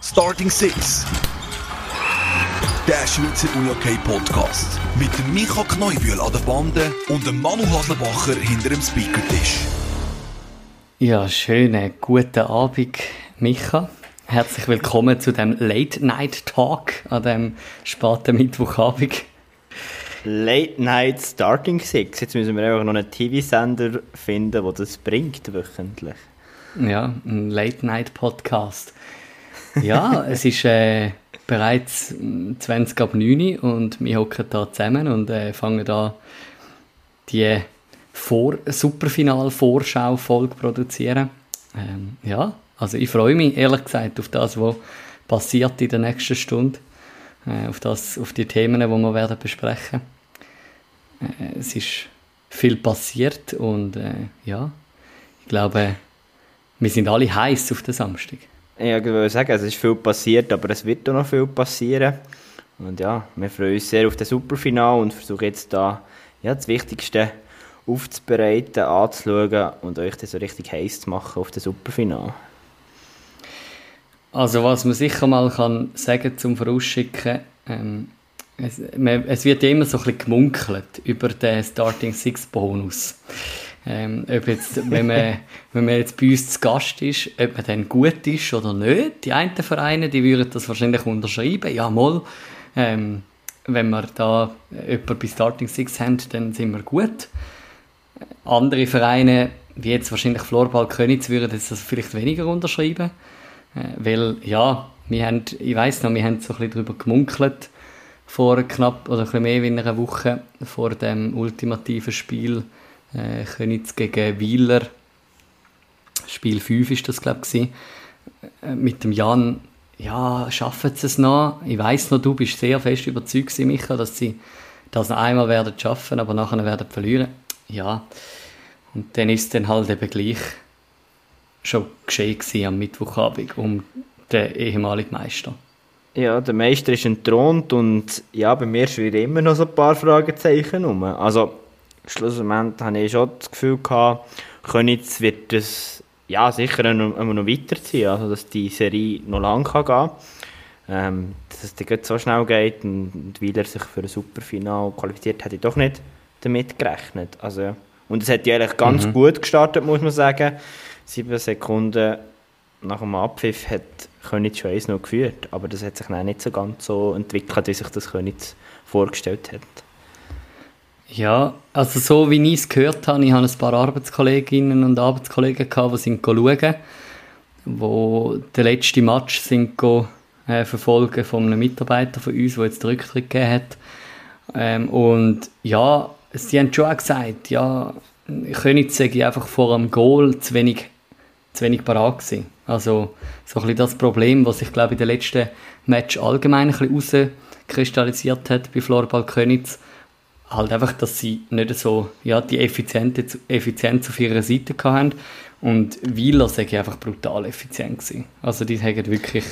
Starting Six. Der Schweizer UJK-Podcast. Mit dem Micha Kneubühl an der Bande und dem Manu Haslebacher hinter dem Speakertisch. Ja, schönen guten Abend, Micha. Herzlich willkommen zu dem Late-Night-Talk an diesem späten Mittwochabend. Late-Night Starting Six. Jetzt müssen wir einfach noch einen TV-Sender finden, der das bringt wöchentlich. Ja, ein Late-Night-Podcast. Ja, es ist bereits 20 ab 9 Uhr und wir hocken hier zusammen und fangen da die Superfinal-Vorschau-Folge produzieren. Ja, also ich freue mich ehrlich gesagt auf das, was passiert in der nächsten Stunde. Auf die Themen, die wir werden besprechen. Es ist viel passiert und ja, ich glaube, wir sind alle heiß auf den Samstag. Ja, ich würde sagen, es ist viel passiert, aber es wird auch noch viel passieren. Und ja, wir freuen uns sehr auf das Superfinale und versuchen jetzt da das Wichtigste aufzubereiten, anzuschauen und euch das so richtig heiß zu machen auf das Superfinale. Also was man sicher mal kann sagen zum Vorausschicken, es wird immer so ein bisschen gemunkelt über den Starting Six Bonus. Ob jetzt, wenn man jetzt bei uns zu Gast ist, ob man dann gut ist oder nicht. Die einen Vereine, die würden das wahrscheinlich unterschreiben. Ja, mal, wenn wir da jemanden bei Starting Six haben, dann sind wir gut. Andere Vereine, wie jetzt wahrscheinlich Florbal Königs, würden das vielleicht weniger unterschreiben. Weil, ja, wir haben so ein bisschen darüber gemunkelt, vor knapp oder ein bisschen mehr wie einer Woche vor dem ultimativen Spiel Königs gegen Weiler. Spiel 5 ist das, glaube ich, mit dem Jan. Ja, schaffen sie es noch? Ich weiss noch, du bist sehr fest überzeugt, Micha, dass sie das noch einmal werden schaffen, aber nachher werden verlieren. Ja, und dann ist es dann halt eben gleich schon geschehen gewesen am Mittwochabend um den ehemaligen Meister. Ja, der Meister ist entthront und ja, bei mir schwirren immer noch so ein paar Fragezeichen rum. Also, schlussendlich hatte ich schon das Gefühl gehabt, Königs wird das sicher immer noch weiterziehen, also dass die Serie noch lang gehen kann. Dass es dann so schnell geht und weil er sich für ein Superfinale qualifiziert, hätte ich doch nicht damit gerechnet. Also, ja. Und es hat ja eigentlich ganz gut gestartet, muss man sagen. 7 Sekunden nach dem Abpfiff hat Königs schon 1-0 geführt, aber das hat sich dann nicht so ganz so entwickelt, wie sich das Königs vorgestellt hat. Ja, also so wie ich es gehört habe, ich habe ein paar Arbeitskolleginnen und Arbeitskollegen gehabt, die sind schauen, die den letzten Match sind verfolgen von einem Mitarbeiter von uns, der jetzt den Rücktritt gegeben hat. Und ja, sie haben schon auch gesagt, ja, Königs sei einfach vor dem Goal zu wenig parat gewesen. Also so ein bisschen das Problem, was sich, glaube ich, in den letzten Match allgemein ein bisschen herauskristallisiert hat bei Florbal Königs. Halt einfach, dass sie nicht so die Effizienz auf ihrer Seite hatten. Und Weiler sei einfach brutal effizient gewesen. Also die sind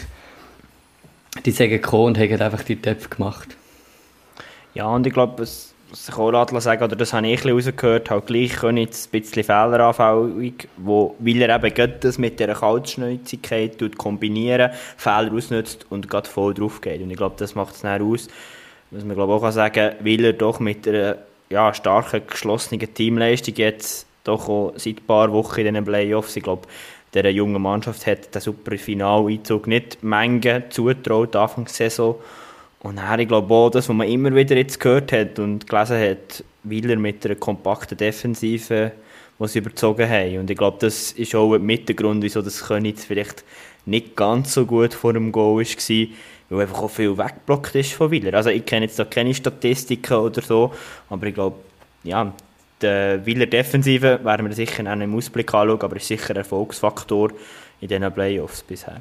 gekommen und haben einfach die Töpfe gemacht. Ja, und ich glaube, was ich auch sagen, oder das habe ich ein bisschen rausgehört, halt gleich Königs ein bisschen fehleranfällig, weil er eben gerade das mit dieser Kaltschnäuzigkeit kombinieren, Fehler ausnutzt und gerade voll drauf geht. Und ich glaube, das macht es dann aus. Was man glaube auch sagen kann, weil er doch mit einer starken, geschlossenen Teamleistung jetzt doch auch seit ein paar Wochen in diesen Playoffs, ich glaube, dieser jungen Mannschaft hat den super Finaleinzug nicht Menge zutraut, Anfang der Saison. Und dann, ich glaube auch, das, was man immer wieder jetzt gehört hat und gelesen hat, weil er mit einer kompakten Defensive, die sie überzogen haben. Und ich glaube, das ist auch mit der Grund, wieso das Königs vielleicht nicht ganz so gut vor dem Goal war, weil einfach auch viel weggeblockt ist von Weiler. Also ich kenne jetzt da keine Statistiken oder so, aber ich glaube, die Weiler Defensive werden wir sicher auch im Ausblick anschauen, aber ist sicher ein Erfolgsfaktor in diesen Playoffs bisher.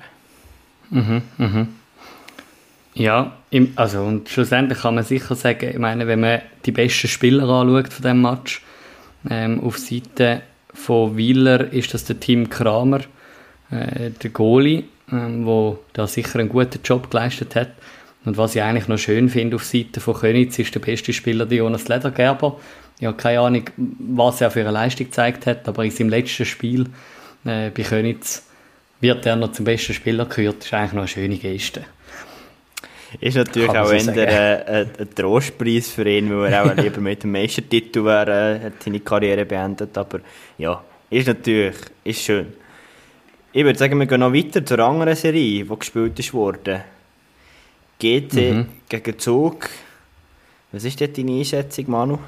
Ja, und schlussendlich kann man sicher sagen, ich meine, wenn man die besten Spieler anschaut von diesem Match, auf Seite von Weiler ist das der Tim Kramer, der Goalie, der da sicher einen guten Job geleistet hat. Und was ich eigentlich noch schön finde auf Seite von Königs, ist der beste Spieler, der Jonas Ledergerber. Ich habe keine Ahnung, was er für eine Leistung gezeigt hat, aber in seinem letzten Spiel bei Königs wird er noch zum besten Spieler gekürt, ist eigentlich noch eine schöne Geste. Ist natürlich auch ein Trostpreis für ihn, weil er auch lieber mit dem Meistertitel hat seine Karriere beendet. Aber ja, ist schön. Ich würde sagen, wir gehen noch weiter zur anderen Serie, die gespielt wurde. GC gegen Zug. Was ist dort deine Einschätzung, Manu?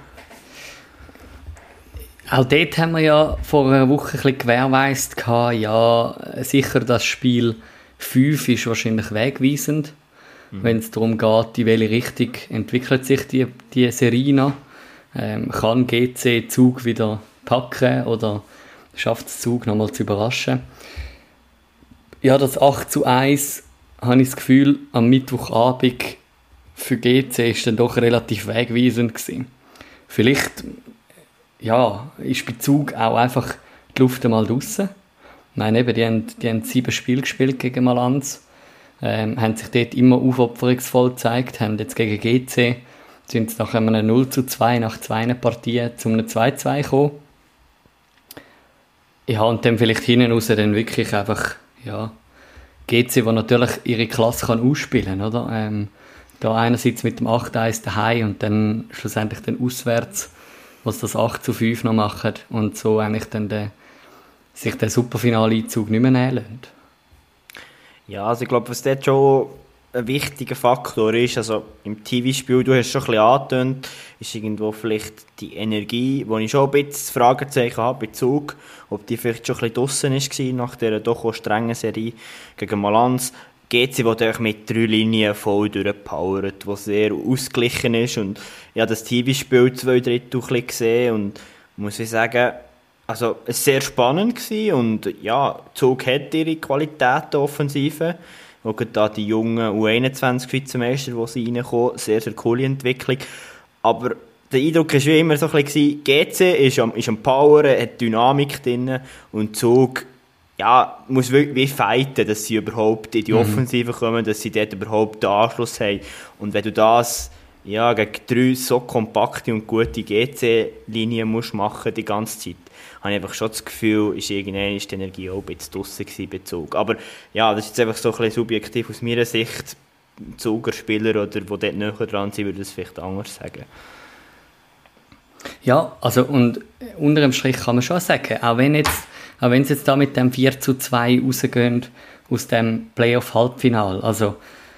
Auch dort haben wir ja vor einer Woche ein bisschen gewährleistet, ja, sicher das Spiel 5 ist wahrscheinlich wegweisend, wenn es darum geht, in welche Richtung entwickelt sich die Serie noch. Kann GC Zug wieder packen oder schafft es Zug nochmal zu überraschen? Ja, das 8:1 habe ich das Gefühl, am Mittwochabend für GC ist dann doch relativ wegweisend gewesen. Vielleicht ja, ist bei Zug auch einfach die Luft einmal draussen. Nein, eben, die haben 7 Spiele gespielt gegen Malanz, haben sich dort immer aufopferungsvoll gezeigt, haben jetzt gegen GC, sind nach einem 0:2 nach 2 Partien zum 2:2 gekommen. Ja, und dann vielleicht hinten raus dann wirklich einfach, ja, GC, die natürlich ihre Klasse kann ausspielen kann, oder? Da einerseits mit dem 8:1 daheim und dann schlussendlich dann auswärts, was das 8:5 noch machen und so eigentlich dann sich der Superfinale-Einzug nicht mehr nehmen lassen. Ja, also ich glaube, was dort schon ein wichtiger Faktor ist, also im TV-Spiel, du hast schon ein bisschen angetönt, ist irgendwo vielleicht die Energie, wo ich schon ein bisschen Fragezeichen habe bei Zug, ob die vielleicht schon ein bisschen draussen war nach dieser doch auch strengen Serie gegen Malanz. GC, die mit 3 Linien voll durchpowert, die sehr ausgeglichen ist und ich habe das TV-Spiel 2/3 gesehen und muss ich sagen, also es war sehr spannend gewesen und ja, Zug hat ihre Qualitäten Offensive. Auch da die jungen U21-Vizemeister, die sie reinkommen, sehr, sehr coole Entwicklung. Aber der Eindruck war wie immer so ein bisschen, GC ist am Poweren, hat Dynamik drin und Zug ja, muss wirklich fighten, dass sie überhaupt in die Offensive kommen, dass sie dort überhaupt den Anschluss haben. Und wenn du das ja, gegen 3 so kompakte und gute GC-Linien musst machen die ganze Zeit, habe ich einfach schon das Gefühl, irgendwann ist die Energie auch ein bisschen draussen bei Zug. Aber ja, das ist jetzt einfach so ein bisschen subjektiv aus meiner Sicht. Zuger Spieler, oder die dort näher dran sind, würde das vielleicht anders sagen. Ja, also und unter dem Strich kann man schon sagen, auch wenn sie jetzt da mit dem 4:2 rausgehen aus dem Playoff-Halbfinal, also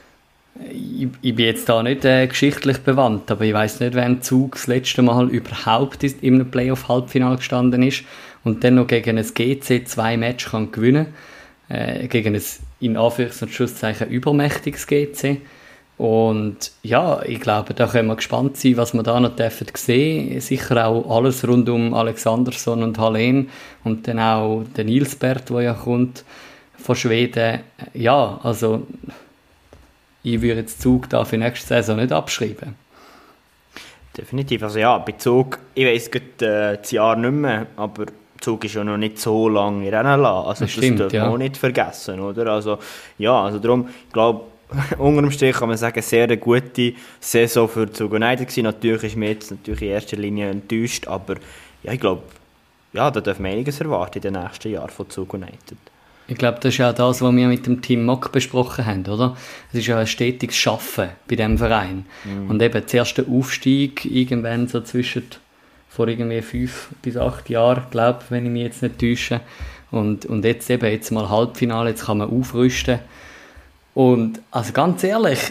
ich bin jetzt da nicht geschichtlich bewandt, aber ich weiss nicht, wann Zug das letzte Mal überhaupt in einem Playoff-Halbfinal gestanden ist und dann noch gegen ein GC 2 Match kann gewinnen, gegen ein in Anführungs- und Schlusszeichen übermächtiges GC. Und ja, ich glaube, da können wir gespannt sein, was wir da noch sehen dürfen. Sicher auch alles rund um Alexandersson und Hallén und dann auch der Nilsbert, der ja kommt von Schweden. Ja, also ich würde jetzt Zug da für nächste Saison nicht abschreiben. Definitiv. Also ja, bei Zug, ich weiss das Jahr nicht mehr, aber Zug ist ja noch nicht so lange in Rennen lassen. Also das dürfen wir auch nicht vergessen, oder? Also ja, also darum, ich glaube, unter dem Strich kann man sagen, sehr eine gute Saison für Zug United gewesen. Natürlich ist mir jetzt in erster Linie enttäuscht, aber ja, ich glaube, ja, da dürfen wir einiges erwarten in den nächsten Jahren von Zug United. Ich glaube, das ist ja das, was wir mit dem Team Mock besprochen haben, oder? Es ist ja ein stetiges Schaffen bei diesem Verein. Und eben zuerst der Aufstieg, irgendwann so vor irgendwie 5 bis 8 Jahren, glaube ich, wenn ich mich jetzt nicht täusche. Und jetzt mal Halbfinale, jetzt kann man aufrüsten. Und also ganz ehrlich,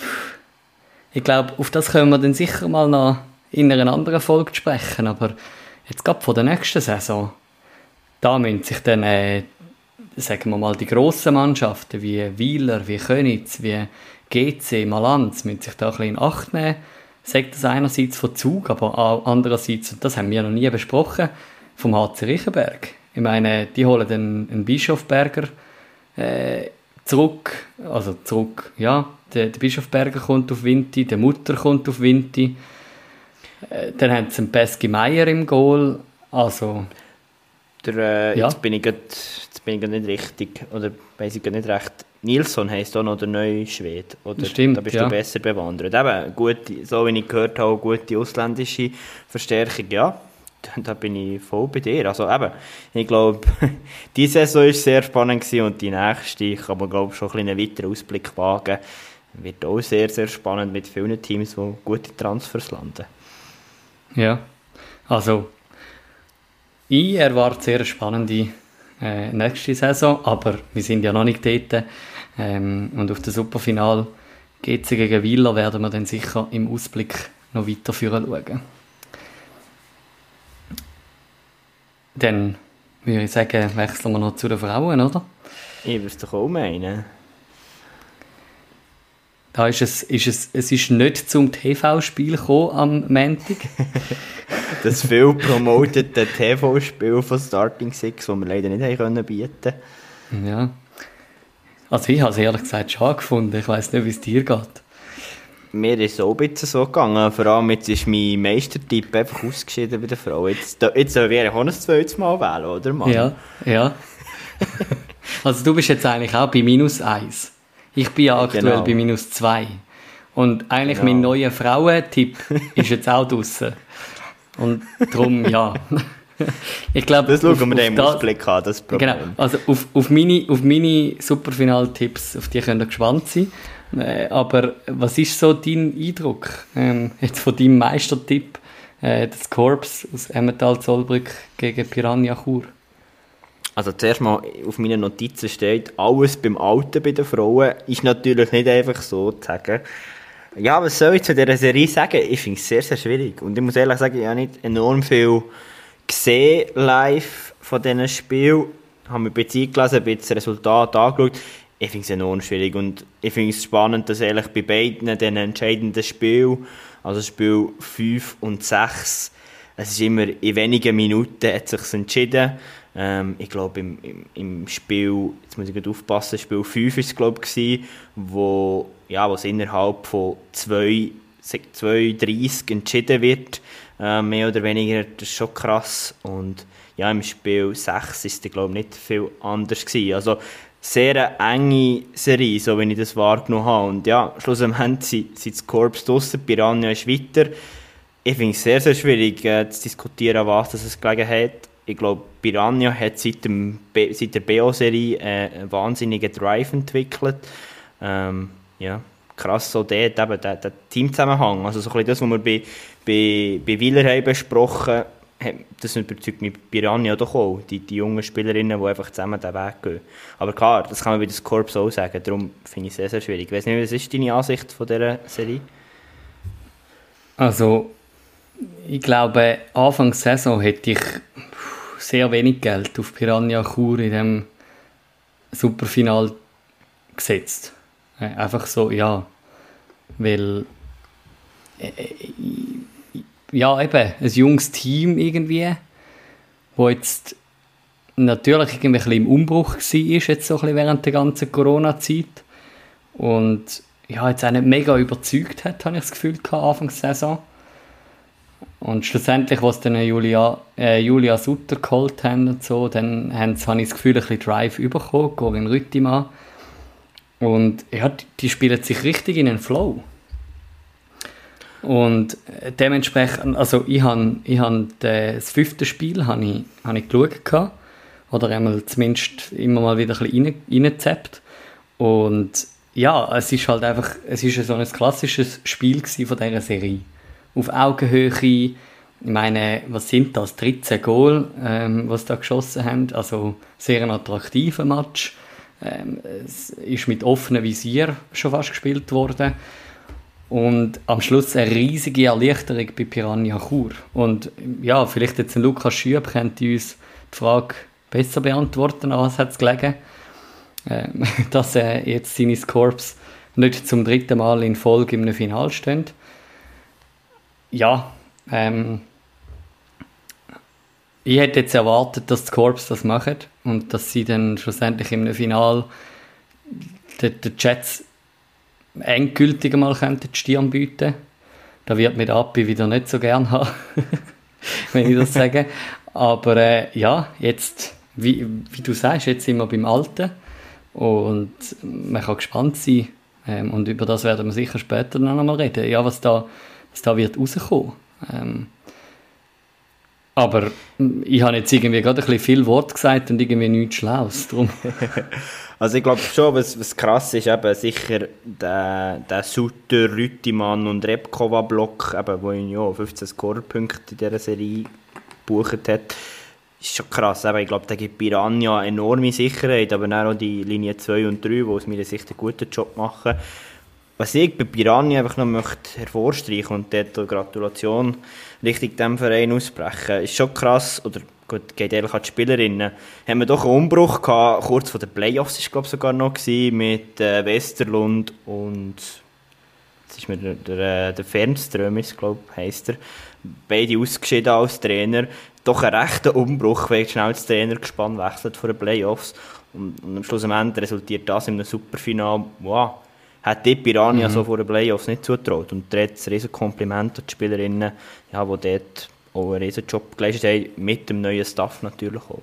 ich glaube, auf das können wir dann sicher mal noch in einer anderen Folge sprechen, aber jetzt gerade von der nächsten Saison, da müssen sich dann, sagen wir mal, die grossen Mannschaften wie Weiler, wie Königs, wie GC, Malanz, müssen sich da ein bisschen in Acht nehmen. Sagt das einerseits von Zug, aber auch andererseits, und das haben wir noch nie besprochen, vom HC Riechenberg. Ich meine, die holen dann einen Bischofberger zurück, ja, der Bischofberger kommt auf Vinti, der Mutter kommt auf Vinti, dann haben sie einen Pesky Meier im Goal, also... Jetzt bin ich nicht richtig, oder weiss ich nicht recht. Nilsson heisst auch noch der neue Schwede, oder? Stimmt, da bist du besser bewandert. Eben, gute, so wie ich gehört habe, gute ausländische Verstärkung, ja. Da bin ich voll bei dir. Also eben, ich glaube, die Saison war sehr spannend gewesen und die nächste kann man, glaube ich, schon einen weiteren Ausblick wagen. Wird auch sehr, sehr spannend mit vielen Teams, die gute Transfers landen. Ja, also ich erwarte sehr eine spannende nächste Saison, aber wir sind ja noch nicht dort. Und auf das Superfinal GC gegen Weiler werden wir dann sicher im Ausblick noch weiterführen schauen. Dann würde ich sagen, wechseln wir noch zu den Frauen, oder? Ich würde es doch auch meinen. Da ist es ist nicht zum TV-Spiel gekommen am Montag. Das viel promotete TV-Spiel von Starting Six, das wir leider nicht haben bieten können. Ja. Also ich habe es ehrlich gesagt schon gefunden. Ich weiss nicht, wie es dir geht. Mir ist es auch ein bisschen so gegangen. Vor allem jetzt ist mein Meistertipp einfach ausgeschieden bei der Frau. Jetzt sollen wir auch ein zweites Mal wählen, oder Mann? Ja. Also du bist jetzt eigentlich auch bei -1. Ich bin ja aktuell bei -2. Und eigentlich mein neuer Frauentipp ist jetzt auch draussen. Und darum, ja. Ich glaube, das schauen wir dann im Ausblick an, das Problem. Genau, also auf meine Superfinal-Tipps, auf die könnt ihr gespannt sein. Aber was ist so dein Eindruck jetzt von deinem Meistertipp, das Corps aus Emmental-Zollbrück gegen Piranha Chur? Also zuerst mal auf meinen Notizen steht, alles beim Alten bei den Frauen ist natürlich nicht einfach so zu sagen. Ja, was soll ich zu dieser Serie sagen? Ich finde es sehr, sehr schwierig. Und ich muss ehrlich sagen, ich habe nicht enorm viel gesehen live von diesen Spielen. Ich habe mir ein bisschen gelesen, ein bisschen das Resultat angeschaut. Ich finde es enorm schwierig. Und ich finde es spannend, dass ehrlich bei beiden den entscheidenden Spielen, also Spiel 5 und 6, es ist immer in wenigen Minuten hat sich entschieden. Ich glaube, im Spiel, jetzt muss ich gerade aufpassen, Spiel 5 war es, glaube ich, wo es innerhalb von 2:30 entschieden wird. Mehr oder weniger, das ist schon krass. Und ja, im Spiel 6 war es, glaube ich, nicht viel anders gewesen. Also, sehr eine enge Serie, so wie ich das wahrgenommen habe. Und ja, schlussendlich sind die Corps draussen, Piranha ist weiter. Ich finde es sehr, sehr schwierig zu diskutieren, was es gelegen hat. Ich glaube, Piranha hat seit der BO-Serie einen wahnsinnigen Drive entwickelt. Ja, krass, so der Teamzusammenhang. Also so ein bisschen das, was wir bei Weiler haben besprochen haben, das überzeugt mich Piranha doch auch. Die jungen Spielerinnen, die einfach zusammen den Weg gehen. Aber klar, das kann man bei den Corps auch sagen. Darum finde ich es sehr, sehr schwierig. Ich weiss nicht, was ist deine Ansicht von dieser Serie? Also, ich glaube, Anfang der Saison hätte ich sehr wenig Geld auf Piranha Chur in diesem Superfinal gesetzt. Einfach so, ja. Weil ja, eben, ein junges Team irgendwie, wo jetzt natürlich irgendwie ein bisschen im Umbruch war, jetzt so ein bisschen während der ganzen Corona-Zeit. Und ja, jetzt auch nicht mega überzeugt hat, habe ich das Gefühl gehabt, Anfang der Saison. Und schlussendlich, als dann Julia Sutter geholt haben und so, dann habe ich das Gefühl, ein bisschen Drive bekommen, Corinne Rüttimann. Und ja, die spielen sich richtig in den Flow. Und dementsprechend, also ich habe das 5. Spiel habe ich geschaut, oder einmal zumindest immer mal wieder ein bisschen reingezappt. Und ja, es ist halt einfach, es ist so ein klassisches Spiel von dieser Serie. Auf Augenhöhe, ich meine, was sind das? 13 Goal, was da geschossen haben, also sehr ein attraktiver Match. Es ist mit offenem Visier schon fast gespielt worden. Und am Schluss eine riesige Erleichterung bei Piranha Chur. Und ja, vielleicht jetzt ein Lukas Schüb könnte uns die Frage besser beantworten, als hat es gelegen, dass er jetzt seine Corps nicht zum 3. Mal in Folge im Finale stehen. Ja, ich hätte jetzt erwartet, dass die Corps das machen und dass sie dann schlussendlich im Finale den Jets endgültig mal die Stirn bieten. Da wird mit Appi wieder nicht so gern haben, wenn ich das sage. Aber ja, jetzt, wie du sagst, jetzt sind wir beim Alten und man kann gespannt sein und über das werden wir sicher später noch mal reden. Ja, was da wird rauskommen. Aber ich habe jetzt irgendwie gerade ein bisschen viel Wort gesagt und irgendwie nichts Schlaues. Drum. Also ich glaube schon, was krass ist, eben sicher der Sutter, Rüttimann und Repkova-Block, wo ihn ja 15 Scorerpunkte in dieser Serie gebucht hat, ist schon krass. Ich glaube, da gibt Piranha enorme Sicherheit, aber auch die Linie 2 und 3, die aus meiner Sicht einen guten Job machen. Was ich bei Piranha einfach noch möchte hervorstreichen und dort Gratulation Richtung diesem Verein aussprechen, ist schon krass, oder gut, geht ehrlich an die Spielerinnen, haben wir doch einen Umbruch gehabt, kurz vor den Playoffs ist glaube sogar noch gewesen, mit Westerlund und jetzt ist mir der Fernström, heisst er, beide ausgeschieden als Trainer, doch ein rechter Umbruch, weil schnell das Trainergespann wechselt vor den Playoffs und am Schluss am Ende resultiert das in einem Superfinale, wow, hat die Piranha so vor den Playoffs nicht zugetraut. Und da hat es ein riesen Kompliment an die Spielerinnen, die dort auch einen riesen Job geleistet haben, mit dem neuen Staff natürlich auch.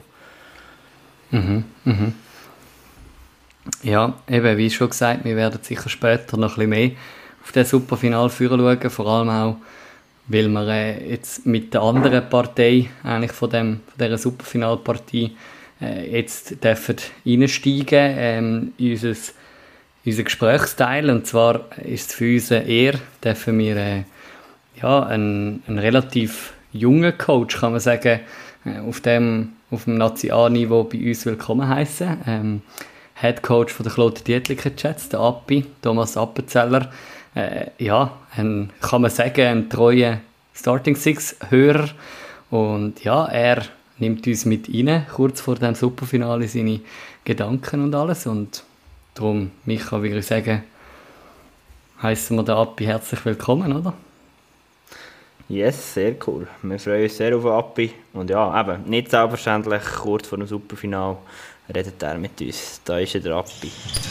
Ja, eben, wie schon gesagt, wir werden sicher später noch ein bisschen mehr auf das Superfinal schauen, vor allem auch, weil wir jetzt mit der anderen Partei eigentlich von dieser Superfinalpartie jetzt dürfen reinsteigen in unser Gesprächsteil, und zwar ist es für uns eine Ehre, dürfen wir einen relativ jungen Coach, kann man sagen, auf dem Nazi-A-Niveau bei uns willkommen heißen. Head Coach von der Kloten Dietliker Jets, der Appi, Thomas Appenzeller. Kann man sagen, ein treuer Starting Six-Hörer. Und ja, er nimmt uns mit rein, kurz vor dem Superfinale, seine Gedanken und alles. Und darum, Micha, würde ich sagen, heissen wir den Appi herzlich willkommen, oder? Yes, sehr cool. Wir freuen uns sehr auf den Appi. Und ja, eben, nicht selbstverständlich, kurz vor dem Superfinale redet er mit uns. Da ist der Appi.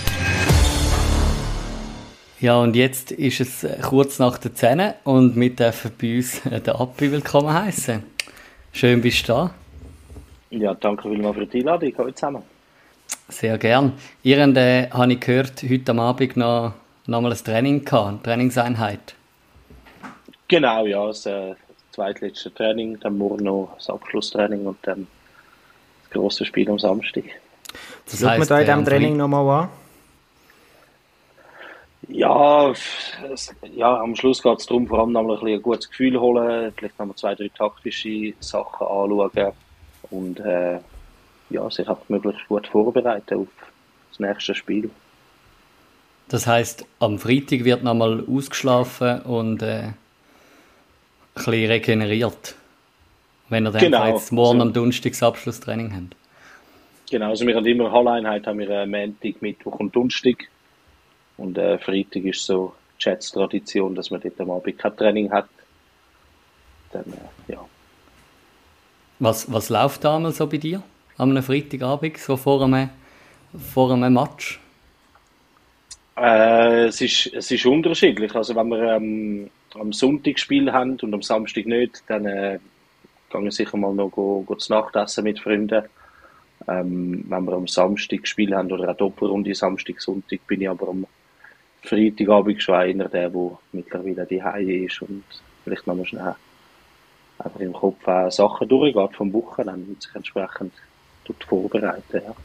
Ja, und jetzt ist es kurz nach der 10 und wir dürfen bei uns den Appi willkommen heissen. Schön, bist du da. Ja, danke vielmals für die Einladung. Hallo zusammen. Sehr gern. Ihr habt, habe ich gehört, heute am Abend noch mal ein Training gehabt, eine Trainingseinheit. Genau, ja, das zweitletzte Training, dann morgen noch das Abschlusstraining und dann das grosse Spiel am Samstag. Was schaut man da in diesem Training nochmal an? Ja, am Schluss geht es darum, vor allem noch ein gutes Gefühl holen, vielleicht noch mal 2-3 taktische Sachen anschauen und sich auch möglichst gut vorbereiten auf das nächste Spiel. Das heisst, am Freitag wird noch mal ausgeschlafen und ein bisschen regeneriert, wenn ihr dann jetzt morgen am Donnerstag das Abschlusstraining habt. Genau, also wir haben immer eine Halleinheit, haben wir Montag, Mittwoch und Donnerstag. Und Freitag ist so Jets-Tradition, dass man dort am Abend kein Training hat. Dann, ja. Was läuft da einmal so bei dir am Freitagabend, so vor einem Match? Es ist unterschiedlich. Also wenn wir am Sonntag Spiel haben und am Samstag nicht, dann gehen wir sicher mal noch zu Nachtessen mit Freunden. Wenn wir am Samstag Spiel haben oder eine Doppelrunde Samstag, Sonntag, bin ich aber am Freitagabend schon einer, der mittlerweile die Hause ist und vielleicht noch mal schnell einfach im Kopf Sachen durchgeht vom Wochenende und sich entsprechend vorbereiten. Ja.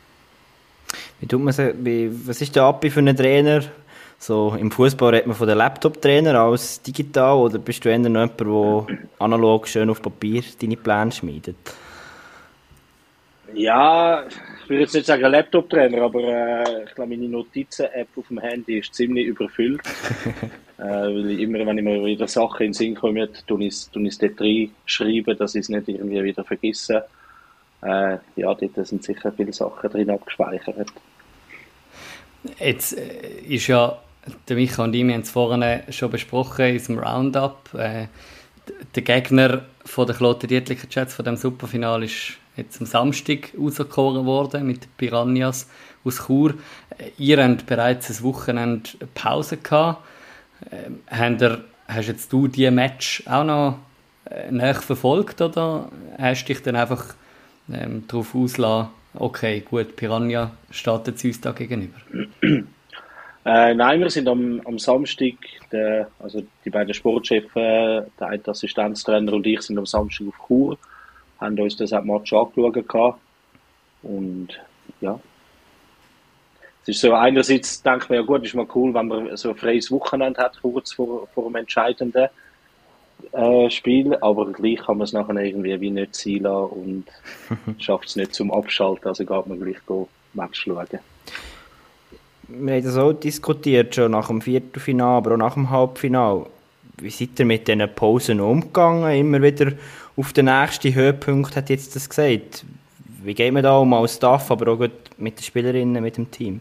Was ist der Appi für einen Trainer? So, im Fußball redet man von den Laptop-Trainer als digital, oder bist du eher noch jemand, der analog schön auf Papier deine Pläne schmiedet? Ja, ich würde jetzt nicht sagen Laptop-Trainer, aber ich glaube, meine Notizen-App auf dem Handy ist ziemlich überfüllt. Weil immer, wenn ich mir wieder Sachen in den Sinn komme, tue ich es dort reinschreiben, dass ich es nicht irgendwie wieder vergesse. Dort sind sicher viele Sachen drin abgespeichert. Jetzt ist ja, der Micha und ich, wir haben es vorhin schon besprochen in unserem Roundup. Der Gegner von der Kloten Dietliker Jets von dem Superfinale ist jetzt am Samstag auserkoren worden mit den Piranhas aus Chur. Ihr habt bereits ein Wochenende Pause gehabt. Hast jetzt du dieses Match auch noch näher verfolgt, oder hast dich dann einfach darauf ausgelassen, okay, gut, Piranha startet uns da gegenüber? Nein, wir sind am Samstag, also die beiden Sportchefs, der eine Assistenztrainer und ich, sind am Samstag auf Chur, haben uns das Match angeschaut gehabt. Und ja, es ist so, einerseits denkt man ja gut, ist mal cool, wenn man so ein freies Wochenende hat, kurz vor dem entscheidenden Spiel, aber gleich kann man es nachher irgendwie wie nicht sein lassen und schafft es nicht zum Abschalten, also geht man gleich Match schauen. Wir haben das auch diskutiert, schon nach dem Viertelfinale, aber auch nach dem Halbfinale. Wie seid ihr mit diesen Pausen umgegangen? Immer wieder auf den nächsten Höhepunkt, hat jetzt das gesagt. Wie geht man da um als Staff, aber auch gut mit den Spielerinnen, mit dem Team?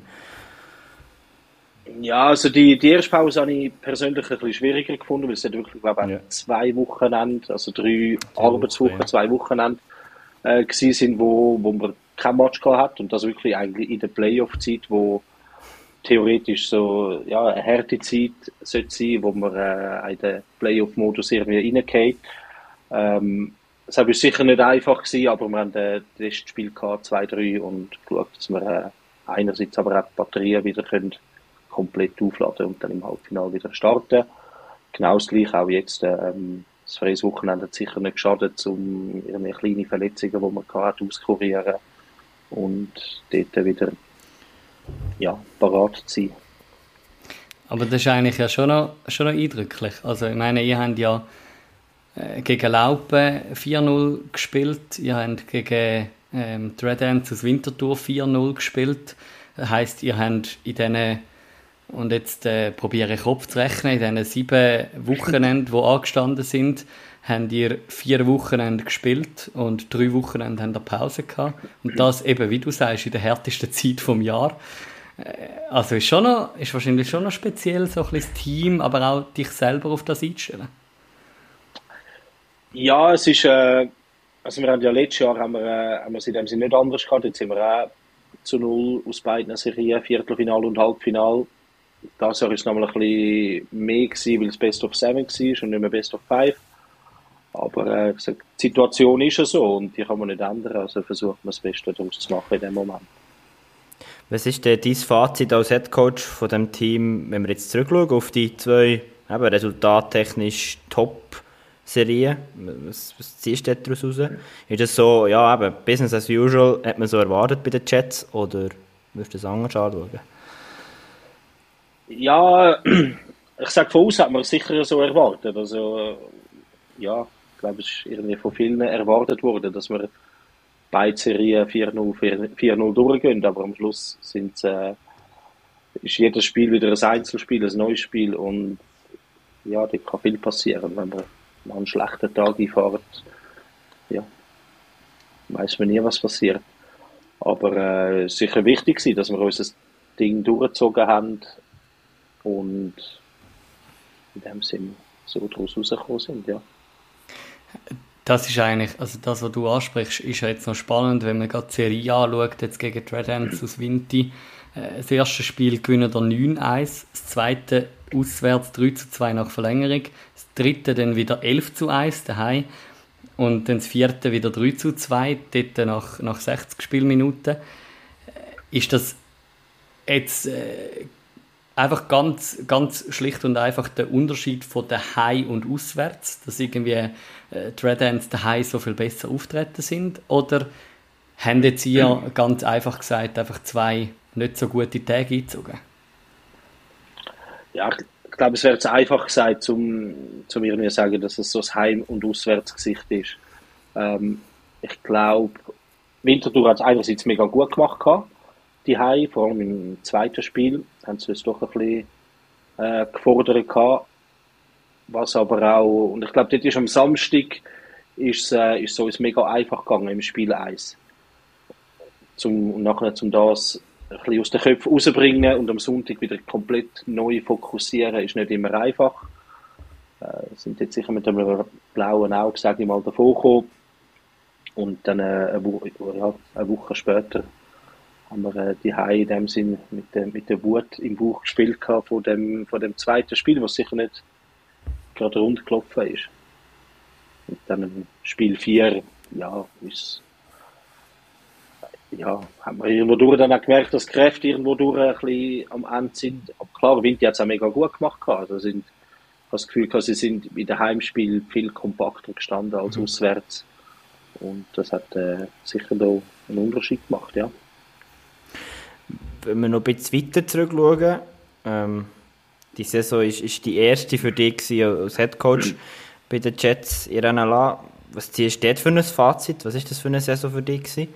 Ja, also die erste Pause habe ich persönlich ein bisschen schwieriger gefunden, weil es wirklich, glaube ich, 2 Wochenende, also 3 Arbeitswochen, 2 Wochenende gewesen sind, wo man kein Match gehabt hat und das wirklich eigentlich in der Playoff-Zeit, wo theoretisch so eine harte Zeit sollte sein, wo man in den Playoff-Modus irgendwie reingeht. Es war sicher nicht einfach gewesen, aber wir haben das letzte Spiel gehabt, 2-3 und geschaut, dass wir einerseits aber auch die Batterien wieder können komplett aufladen und dann im Halbfinale wieder starten. Genau das Gleiche auch jetzt. Das freies Wochenende hat sicher nicht geschadet, um irgendwie kleine Verletzungen, die man hatte, auszukurieren und dort wieder parat zu sein. Aber das ist eigentlich ja schon noch eindrücklich. Also ich meine, ihr habt ja gegen Laupen 4-0 gespielt, ihr habt gegen die Red Ants aus Winterthur 4-0 gespielt. Das heisst, ihr habt in diesen, und jetzt probiere ich Kopf zu rechnen, in diesen 7 Wochenenden, die angestanden sind, habt ihr 4 Wochenende gespielt und 3 Wochenende habt ihr Pause gehabt. Und das eben, wie du sagst, in der härtesten Zeit vom Jahr. Also ist wahrscheinlich schon noch speziell, so ein bisschen das Team, aber auch dich selber auf das einstellen. Ja, es ist, also wir haben ja letztes Jahr haben wir es in dem Sinne nicht anders gehabt. Jetzt sind wir auch zu 0 aus beiden Serien, Viertelfinale und Halbfinale. Das Jahr war es nochmal ein bisschen mehr gewesen, weil es Best of 7 war und nicht mehr Best of 5. Aber die Situation ist ja so und die kann man nicht ändern. Also versucht man das Beste daraus zu machen in dem Moment. Was ist denn dein Fazit als Headcoach von dem Team, wenn wir jetzt zurückschauen auf die 2 resultattechnisch Top-Serien? Was ziehst du daraus raus? Ist das so, Business as usual, hat man so erwartet bei den Jets oder würdest du das anders anschauen? Ja, ich sage, von uns hat man es sicher so erwartet. Also, ich glaube, es ist irgendwie von vielen erwartet worden, dass wir beide Serien 4-0 durchgehen, aber am Schluss ist jedes Spiel wieder ein Einzelspiel, ein neues Spiel und da kann viel passieren, wenn man einen schlechten Tag einfährt. Ja, weiß man nie, was passiert. Aber es ist sicher wichtig, dass wir unser Ding durchgezogen haben und in dem Sinn so daraus rausgekommen sind, ja. Das ist eigentlich, also das, was du ansprichst, ist ja jetzt noch spannend, wenn man gerade die Serie anschaut, jetzt gegen die Red Ants aus Vinti. Das erste Spiel gewinnen wir 9-1, das zweite auswärts 3-2 nach Verlängerung, das dritte dann wieder 11-1 daheim und dann das vierte wieder 3-2, dort nach 60 Spielminuten. Ist das jetzt einfach ganz, ganz schlicht und einfach der Unterschied von daheim und auswärts, dass irgendwie die Red Ants daheim so viel besser auftreten sind? Oder haben jetzt ihr ganz einfach gesagt einfach 2 nicht so gute Tage eingezogen? Ja, ich glaube, es wäre zu einfach gesagt, zum irgendwie zu sagen, dass es so das Heim- und Auswärtsgesicht ist. Ich glaube, Winterthur hat es einerseits mega gut gemacht gehabt, die Heim, vor allem im zweiten Spiel, haben sie es doch ein bisschen gefordert gehabt. Was aber auch, und ich glaube, dort ist am Samstag ist so mega einfach gegangen im Spiel 1. Und nachher zum das ein bisschen aus den Köpfen rausbringen und am Sonntag wieder komplett neu fokussieren, ist nicht immer einfach. Sind jetzt sicher mit einem blauen Auge, sage ich mal, davor gekommen. Und dann eine Woche später haben wir die Haie in dem Sinn mit der Wut im Bauch gespielt von dem zweiten Spiel, was sicher nicht gerade rundgelaufen ist. Und dann im Spiel 4, ja, haben wir irgendwo durch dann auch gemerkt, dass die Kräfte irgendwo durch ein bisschen am Ende sind. Aber klar, Vinti hat es auch mega gut gemacht. Also ich habe das Gefühl, sie sind in den Heimspiel viel kompakter gestanden als auswärts. Und das hat sicher da einen Unterschied gemacht, ja. Wenn wir noch ein bisschen weiter zurückschauen, die Saison ist die erste für dich gewesen als Headcoach bei den Jets in NLA. Was ziehst du dort für ein Fazit? Was ist das für eine Saison für dich gewesen?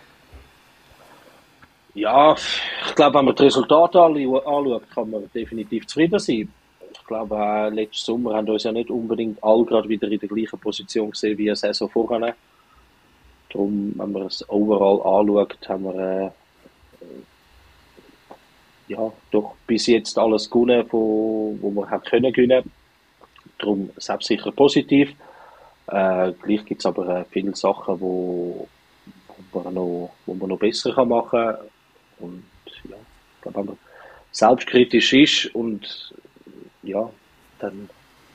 Ja, ich glaube, wenn man die Resultate anschaut, kann man definitiv zufrieden sein. Ich glaube, letzten Sommer haben wir uns ja nicht unbedingt alle gerade wieder in der gleichen Position gesehen wie eine Saison vorher. Darum, wenn man es overall anschaut, haben wir ja, doch bis jetzt alles gewonnen, wo wir haben können gewinnen. Darum selbstsicher positiv. Gleich gibt es aber viele Sachen, wo man noch besser machen kann. Und ja, ich glaube, wenn man selbstkritisch ist und ja, dann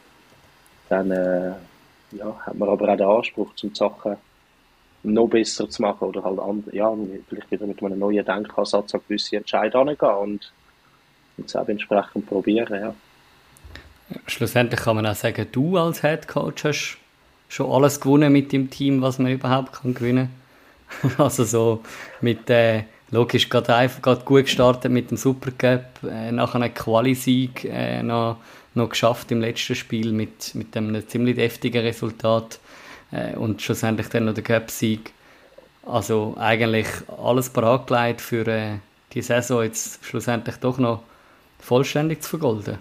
ja, hat man aber auch den Anspruch, die Sachen noch besser zu machen oder halt ja, vielleicht wieder mit einem neuen Denkansatz an gewisse Entscheidungen angehen und es auch entsprechend probieren, ja. Schlussendlich kann man auch sagen, du als Headcoach hast schon alles gewonnen mit dem Team, was man überhaupt kann gewinnen kann. Also so mit, logisch gerade gut gestartet mit dem Supercup, nachher einen Quali-Sieg noch geschafft im letzten Spiel mit einem ziemlich deftigen Resultat und schlussendlich dann noch der Cup-Sieg. Also eigentlich alles bereitgelegt für die Saison jetzt schlussendlich doch noch vollständig zu vergolden.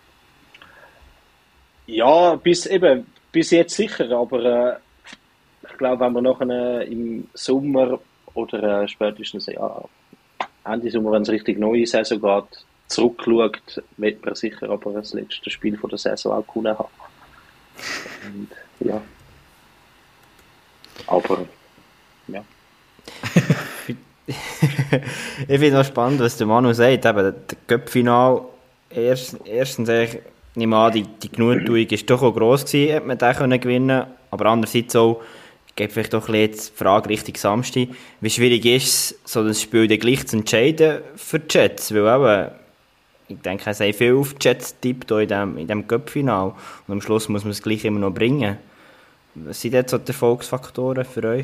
Ja, bis jetzt sicher, aber ich glaube, wenn wir nachher im Sommer oder spätestens Ende Sommer, wenn es richtig neue Saison geht, zurückschaut, wird man sicher aber das letzte Spiel von der Saison auch gewonnen haben. Und, ja. Aber, ja. Ich finde es auch spannend, was der Manu sagt. Eben, der Cup-Final, erstens eigentlich, ich nehme an, die Genugtuung war doch auch gross gewesen, hat man den gewinnen können. Aber andererseits auch, geht vielleicht doch jetzt die Frage Richtung Samstag, wie schwierig ist es, so das Spiel dann gleich zu entscheiden für die Jets? Weil eben, ich denke, es haben viel auf die Jets tippt in diesem Cup-Final. Und am Schluss muss man es gleich immer noch bringen. Was sind jetzt so die Erfolgsfaktoren für euch?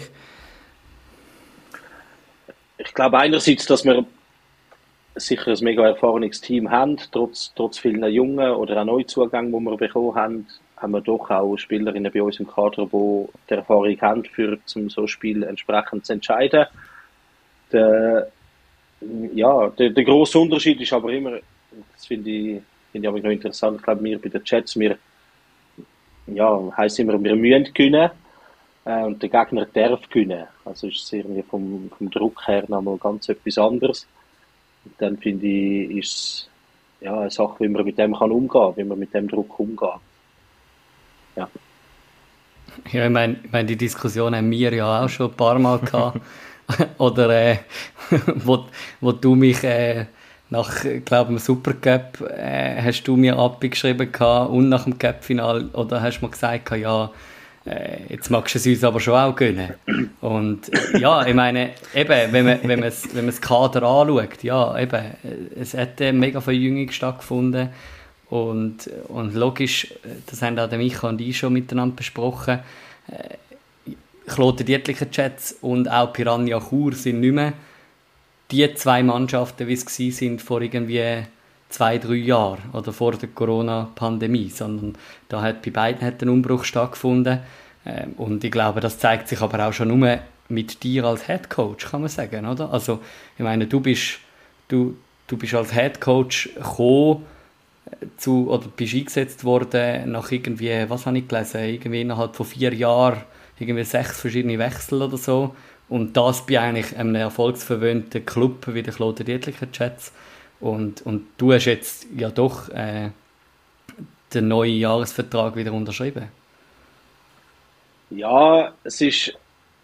Ich glaube einerseits, dass wir sicher ein mega erfahrenes Team haben, trotz vielen Jungen oder auch Neuzugängen, die wir bekommen haben wir doch auch Spielerinnen bei uns im Kader, die die Erfahrung haben, um so ein Spiel entsprechend zu entscheiden. Der grosse Unterschied ist aber immer, das finde ich aber noch interessant, ich glaube, wir bei den Jets, heisst immer, wir müssen gewinnen und der Gegner darf gewinnen. Also ist es irgendwie vom Druck her nochmal ganz etwas anderes. Und dann finde ich, ist es eine Sache, wie man mit dem umgehen kann, wie man mit dem Druck umgeht. Ja. Ja, ich meine, die Diskussion haben wir ja auch schon ein paar Mal gehabt. Oder wo du mich nach, glaube ich, dem Supercup hast du mir abgeschrieben gehabt und nach dem Cup-Final, oder hast du mir gesagt, ja, jetzt magst du es uns aber schon auch gönnen. Und ja, ich meine, eben, wenn man das Kader anschaut, ja, eben, es hat eine mega Verjüngung stattgefunden. Und logisch, das haben auch der Micha und ich schon miteinander besprochen, Kloten Dietlicher Jets und auch Piranha Chur sind nicht mehr die zwei Mannschaften, wie es sind vor irgendwie 2-3 Jahren oder vor der Corona-Pandemie, sondern da hat bei beiden ein Umbruch stattgefunden. Und ich glaube, das zeigt sich aber auch schon nur mit dir als Headcoach, kann man sagen, oder? Also, ich meine, du bist als Headcoach gekommen, oder bist eingesetzt worden nach irgendwie, was habe ich gelesen, irgendwie innerhalb von 4 Jahren irgendwie 6 verschiedene Wechsel oder so. Und das bei eigentlich einem erfolgsverwöhnten Club wie der Kloten Dietlicher Jets. Und du hast jetzt ja doch den neuen Jahresvertrag wieder unterschrieben. Ja, es ist,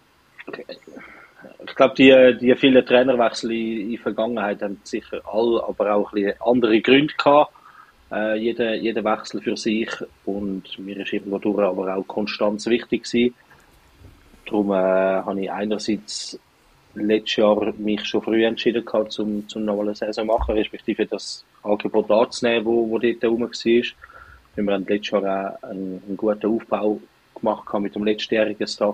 ich glaube, die vielen Trainerwechsel in der Vergangenheit haben sicher alle, aber auch ein bisschen andere Gründe gehabt. Jeder Wechsel für sich, und mir ist irgendwo durch aber auch Konstanz wichtig gewesen. Darum habe ich einerseits letztes Jahr mich schon früh entschieden gehabt, zum nochmal eine Saison machen, respektive das Angebot anzunehmen, wo dort rum war. Wir haben letztes Jahr auch einen guten Aufbau gemacht gehabt mit dem letztjährigen Staff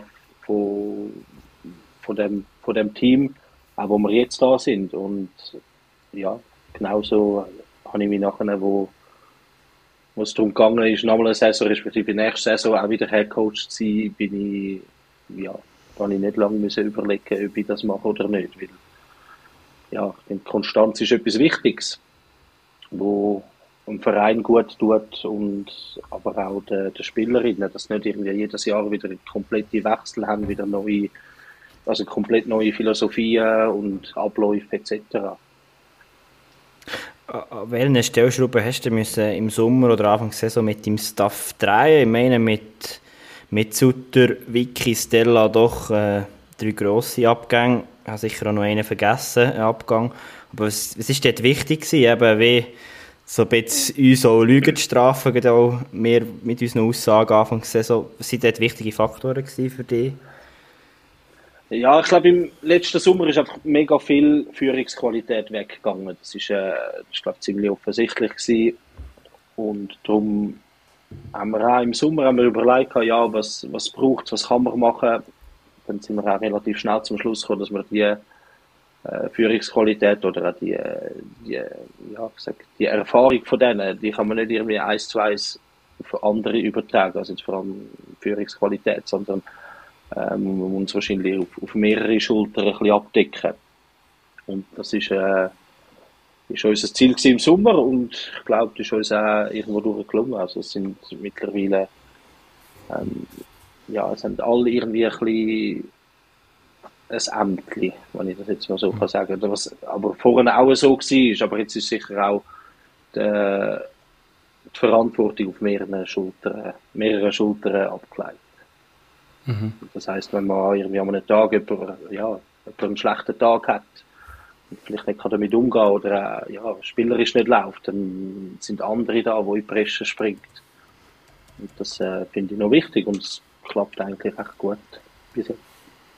von dem Team, auch wo wir jetzt da sind. Und ja, genauso habe ich mich nachher, wo es darum gegangen ist, nochmal eine Saison, respektive nächste Saison auch wieder Headcoach zu sein, da habe ich nicht lange müssen überlegen, ob ich das mache oder nicht. Weil, ja, ich denke, Konstanz ist etwas Wichtiges, wo dem Verein gut tut und aber auch den Spielerinnen, dass nicht irgendwie jedes Jahr wieder komplette Wechsel haben, wieder komplett neue Philosophien und Abläufe etc. An welchen Stellschrauben hast du müssen im Sommer oder Anfang der Saison mit dem Staff drehen? Ich meine, mit Sutter, Vicky, Stella doch 3 grosse Abgänge. Ich habe sicher auch noch einen vergessen, einen Abgang. Aber was ist dort wichtig gewesen? Eben wie so ein bisschen uns auch Lügen zu strafen, auch wir mit unseren Aussagen Anfang der Saison. Was waren dort wichtige Faktoren für dich? Ja, ich glaube, im letzten Sommer ist einfach mega viel Führungsqualität weggegangen. Das ist glaube ziemlich offensichtlich gewesen. Und darum haben wir auch im Sommer überlegt, ja, was braucht es, was kann man machen. Dann sind wir auch relativ schnell zum Schluss gekommen, dass wir die Führungsqualität oder auch die Erfahrung von denen, die kann man nicht irgendwie 1:1 für andere übertragen, also jetzt vor allem Führungsqualität, sondern man muss uns wahrscheinlich auf mehrere Schultern ein bisschen abdecken. Und das ist unser Ziel gewesen im Sommer und ich glaube, das ist uns auch irgendwo durchgelungen. Also es sind mittlerweile, es haben alle irgendwie ein bisschen ein Ämtli, wenn ich das jetzt mal so kann sagen. Was aber vorher auch so war, aber jetzt ist sicher auch die Verantwortung auf mehreren Schultern abgeleitet. Mhm. Das heisst, wenn man irgendwie an einem Tag einen schlechten Tag hat und vielleicht nicht damit umgehen oder spielerisch nicht läuft, dann sind andere da, die in die Bresche springen. Und das finde ich noch wichtig und es klappt eigentlich echt gut bis jetzt.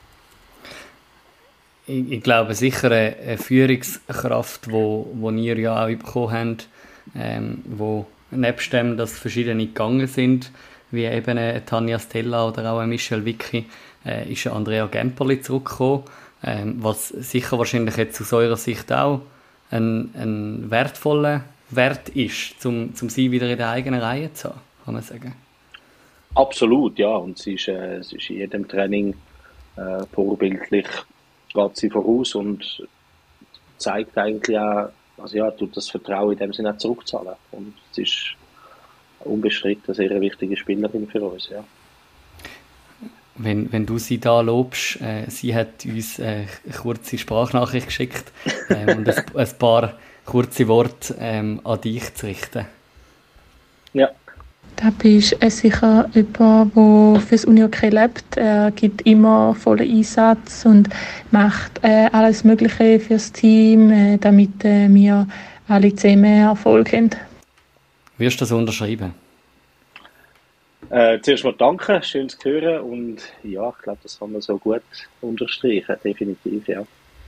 Ich glaube sicher eine Führungskraft, die ihr ja auch bekommen habt, wo nebst dem, dass verschiedene gegangen sind, wie eben Tanja Stella oder auch Michelle Vicky, ist Andrea Gemperli zurückgekommen, was sicher wahrscheinlich jetzt aus eurer Sicht auch ein wertvoller Wert ist, um sie wieder in der eigenen Reihe zu haben, kann man sagen. Absolut, ja, und sie ist in jedem Training vorbildlich, geht sie voraus und zeigt eigentlich auch, tut das Vertrauen in dem Sinne auch zurückzahlen. Und es ist unbestritten eine sehr wichtige Spielerin für uns, ja. Wenn du sie da lobst, sie hat uns eine kurze Sprachnachricht geschickt und ein paar kurze Worte an dich zu richten. Ja. Da bist du sicher jemand, der für das Uni-OK lebt. Er gibt immer vollen Einsatz und macht alles Mögliche für das Team, damit wir alle zusammen Erfolg haben. Wirst du das unterschreiben? Zuerst mal danke, schön zu hören und ja, ich glaube, das kann man so gut unterstreichen, definitiv, ja.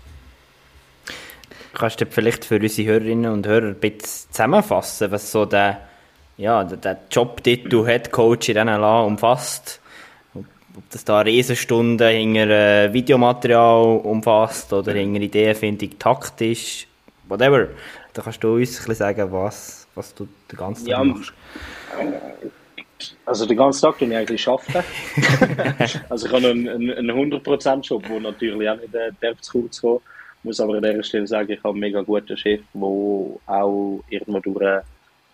Kannst du vielleicht für unsere Hörerinnen und Hörer ein bisschen zusammenfassen, was so der Jobtitel Head Coach in diesen Laden umfasst? Ob das da Riesenstunden hinter Videomaterial umfasst oder hinter Ideenfindung taktisch, whatever. Da kannst du uns ein bisschen sagen, was du den ganzen Tag machst. Also den ganzen Tag arbeite ich eigentlich. Also ich habe einen 100%-Job, der natürlich auch nicht zu kurz kommt. Ich muss aber an dieser Stelle sagen, ich habe einen mega guten Chef, der auch irgendwo durch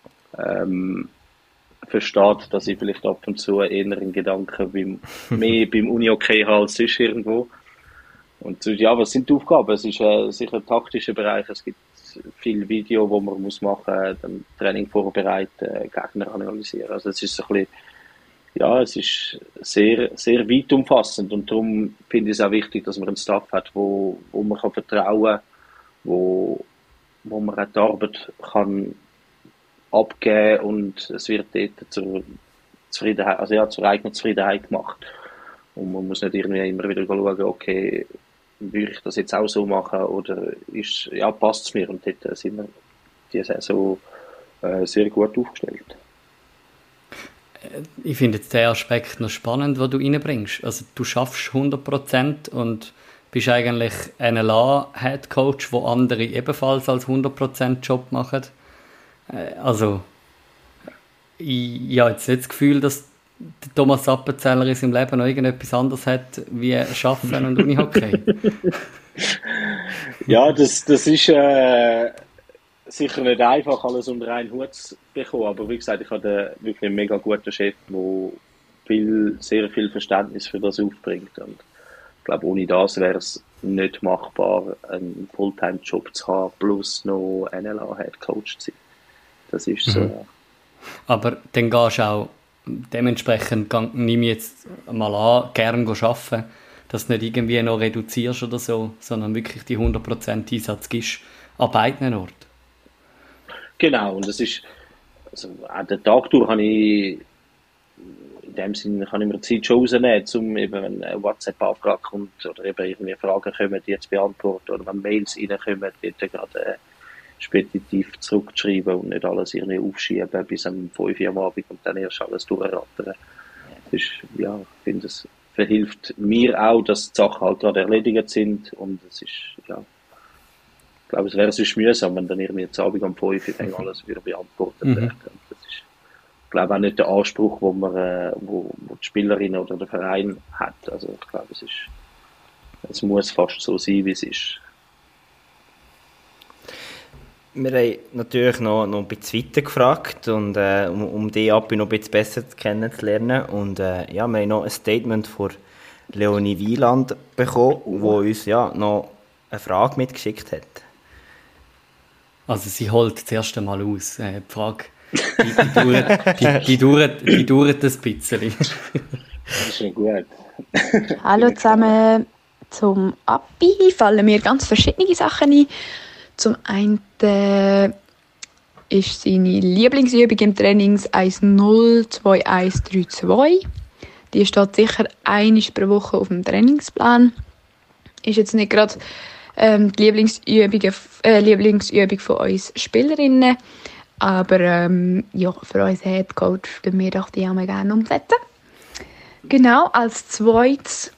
versteht, dass ich vielleicht ab und zu eher einen Gedanken mehr beim Uni-OK habe als sonst irgendwo. Und ja, was sind die Aufgaben? Es ist sicher ein taktischer Bereich, es gibt viel Video, wo man muss machen, dann Training vorbereiten, Gegner analysieren. Also es ist so ein bisschen, es ist sehr, sehr weit umfassend und darum finde ich es auch wichtig, dass man einen Staff hat, wo man kann vertrauen kann, wo man auch die Arbeit kann abgeben und es wird dort zur Zufriedenheit, zur eigenen Zufriedenheit gemacht. Und man muss nicht irgendwie immer wieder schauen, okay, würde ich das jetzt auch so machen oder passt es mir? Und dort sind wir die Saison sehr gut aufgestellt. Ich finde jetzt den Aspekt noch spannend, den du reinbringst. Also du schaffst 100% und bist eigentlich NLA-Headcoach, wo andere ebenfalls als 100% Job machen. Also ich habe jetzt nicht das Gefühl, dass der Thomas Appenzeller in seinem Leben noch irgendetwas anderes hat wie Arbeiten und Unihockey. Ja, das ist sicher nicht einfach, alles unter einen Hut zu bekommen, aber wie gesagt, ich habe wirklich einen mega guten Chef, der sehr viel Verständnis für das aufbringt und ich glaube, ohne das wäre es nicht machbar, einen Fulltime-Job zu haben, plus noch NLA-Headcoach zu sein. Das ist so, ja. Aber dann gehst du auch dementsprechend, nehme ich jetzt mal an, gerne arbeiten, dass du nicht irgendwie noch reduzierst oder so, sondern wirklich die 100% Einsatz gibst an beiden Orten. Genau, und das ist, also an den Tag durch habe ich in dem Sinne kann ich mir Zeit schon rausnehmen, um eben, wenn eine WhatsApp-Anfrage kommt oder eben irgendwie Fragen kommen, die jetzt beantworten oder wenn Mails reinkommen, dort gerade speditiv zurückzuschreiben und nicht alles irgendwie aufschieben bis um 5 Uhr am Abend und dann erst alles durchrattern. Das ist, ja, ich finde, es verhilft mir auch, dass die Sachen halt gerade erledigt sind und es ist, ja, ich glaube, es wäre sonst mühsam, wenn dann irgendwie jetzt Abend um 5 Uhr alles wieder beantwortet werden. Das ist, ich glaube, auch nicht der Anspruch, wo die Spielerin oder der Verein hat. Also ich glaube, es muss fast so sein, wie es ist. Wir haben natürlich noch ein bisschen weiter gefragt, und, um die Appi noch ein bisschen besser kennenzulernen. Und wir haben noch ein Statement von Leonie Wieland bekommen, die uns noch eine Frage mitgeschickt hat. Also sie holt das erste Mal aus. Die Frage, die dauert ein bisschen. Das ist schon gut. Hallo zusammen. Zum Appi fallen mir ganz verschiedene Sachen ein. Zum einen ist seine Lieblingsübung im Training 1-0-2-1-3-2. Die steht sicher einmal pro Woche auf dem Trainingsplan. Ist jetzt nicht gerade die Lieblingsübung von uns Spielerinnen, aber für uns Headcoach würden wir doch die auch gerne umsetzen. Genau, als zweites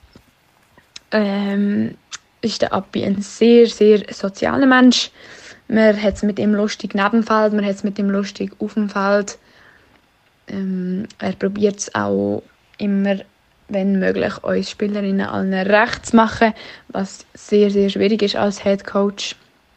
ist der Appi ein sehr, sehr sozialer Mensch. Man hat es mit ihm lustig neben dem Feld, man hat es mit ihm lustig auf dem Feld. Er probiert es auch immer, wenn möglich, uns Spielerinnen allen recht zu machen, was sehr, sehr schwierig ist als Headcoach.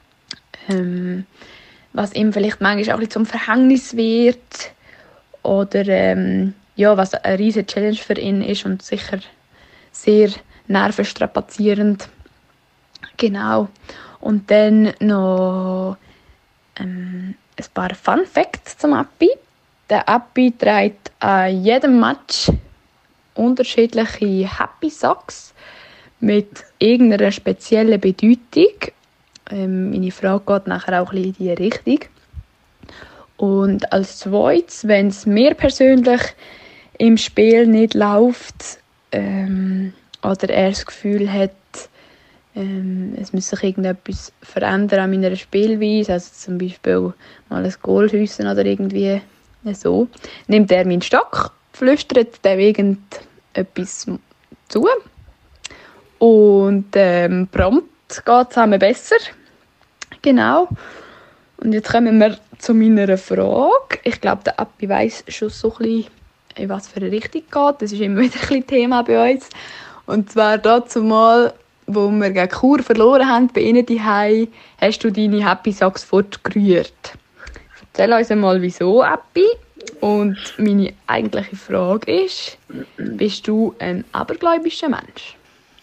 Was ihm vielleicht manchmal auch ein bisschen zum Verhängnis wird oder was eine riesige Challenge für ihn ist und sicher sehr nervenstrapazierend. Genau. Und dann noch ein paar Fun Facts zum Appi. Der Appi trägt an jedem Match unterschiedliche Happy Socks mit irgendeiner speziellen Bedeutung. Meine Frage geht nachher auch ein bisschen in diese Richtung. Und als zweites, wenn es mir persönlich im Spiel nicht läuft oder er das Gefühl hat, es muss sich irgendetwas verändern an meiner Spielweise, also zum Beispiel mal ein Goal schiessen oder irgendwie so, nimmt er meinen Stock, flüstert dem irgendetwas zu und prompt geht es einem besser. Genau. Und jetzt kommen wir zu meiner Frage. Ich glaube, der Appi weiss schon so ein bisschen, in was für eine Richtung geht. Das ist immer wieder ein bisschen Thema bei uns. Und zwar dazu mal, wo wir gegen Chur verloren haben, bei ihnen daheim, hast du deine Happy Socks fortgerührt. Erzähl uns einmal, wieso, Appi. Und meine eigentliche Frage ist, bist du ein abergläubischer Mensch?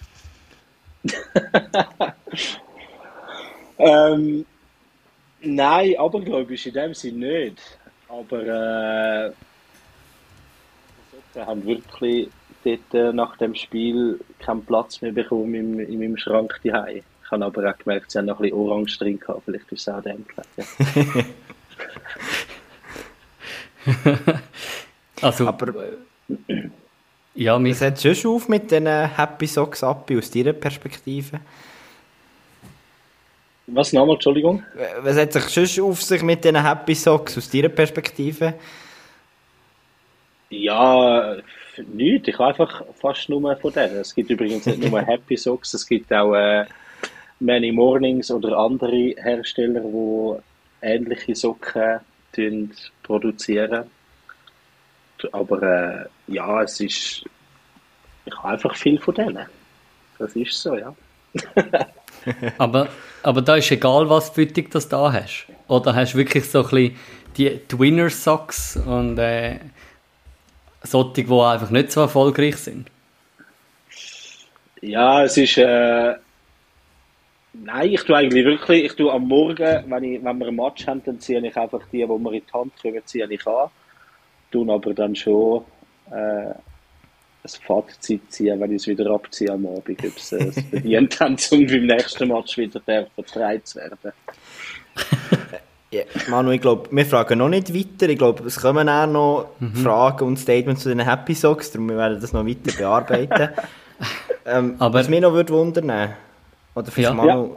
Nein, abergläubisch in dem Sinne nicht. Aber wir haben wirklich dort nach dem Spiel keinen Platz mehr bekommen in meinem Schrank daheim. Ich habe aber auch gemerkt, sie haben noch ein bisschen Orange drin gehabt. Vielleicht ist es auch dem gelegen. Also, aber Ja, was hat es schon auf mit den Happy Socks Appi aus deiner Perspektive? Was nochmal, Entschuldigung? Was hat sich schon auf sich mit den Happy Socks aus deiner Perspektive? Ja, nichts. Ich habe einfach fast nur von denen. Es gibt übrigens nicht nur Happy Socks, es gibt auch Many Mornings oder andere Hersteller, die ähnliche Socken produzieren. Aber ja, ich habe einfach viel von denen. Das ist so, ja. aber da ist egal, was für dich das da hast. Oder hast du wirklich so ein bisschen die Winner Socks und solche, die einfach nicht so erfolgreich sind? Ja, es ist... nein, ich tue am Morgen, wenn wir einen Match haben, dann ziehe ich einfach die mir in die Hand kommen, ziehe ich an. Tue aber dann schon ein Fazit ziehen, wenn ich es wieder abziehe am Abend, ob es verdient haben, um beim nächsten Match wieder vertreibt zu werden. Ja, Manu, ich glaube, wir fragen noch nicht weiter. Ich glaube, es kommen auch noch Fragen und Statements zu den Happy Socks, darum wir werden das noch weiter bearbeiten. Aber was mich noch wundern würde, oder für Manu,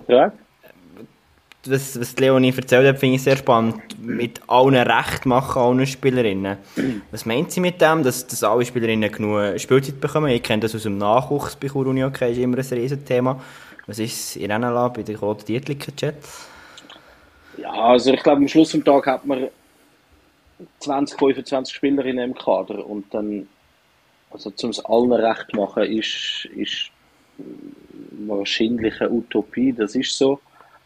was Leonie erzählt hat, finde ich sehr spannend. Mit allen Recht machen, allen Spielerinnen. Was meint sie mit dem, dass alle Spielerinnen genug Spielzeit bekommen? Ich kenne das aus dem Nachwuchs bei Chur Uni OK, ist immer ein Riesenthema. Was ist es in NLA bei den Kloten Dietliken-Chat? Ja, also ich glaube, am Schluss des Tages hat man 20, 25 Spielerinnen im Kader und dann, also zum es allen recht machen, ist wahrscheinlich eine Utopie, das ist so.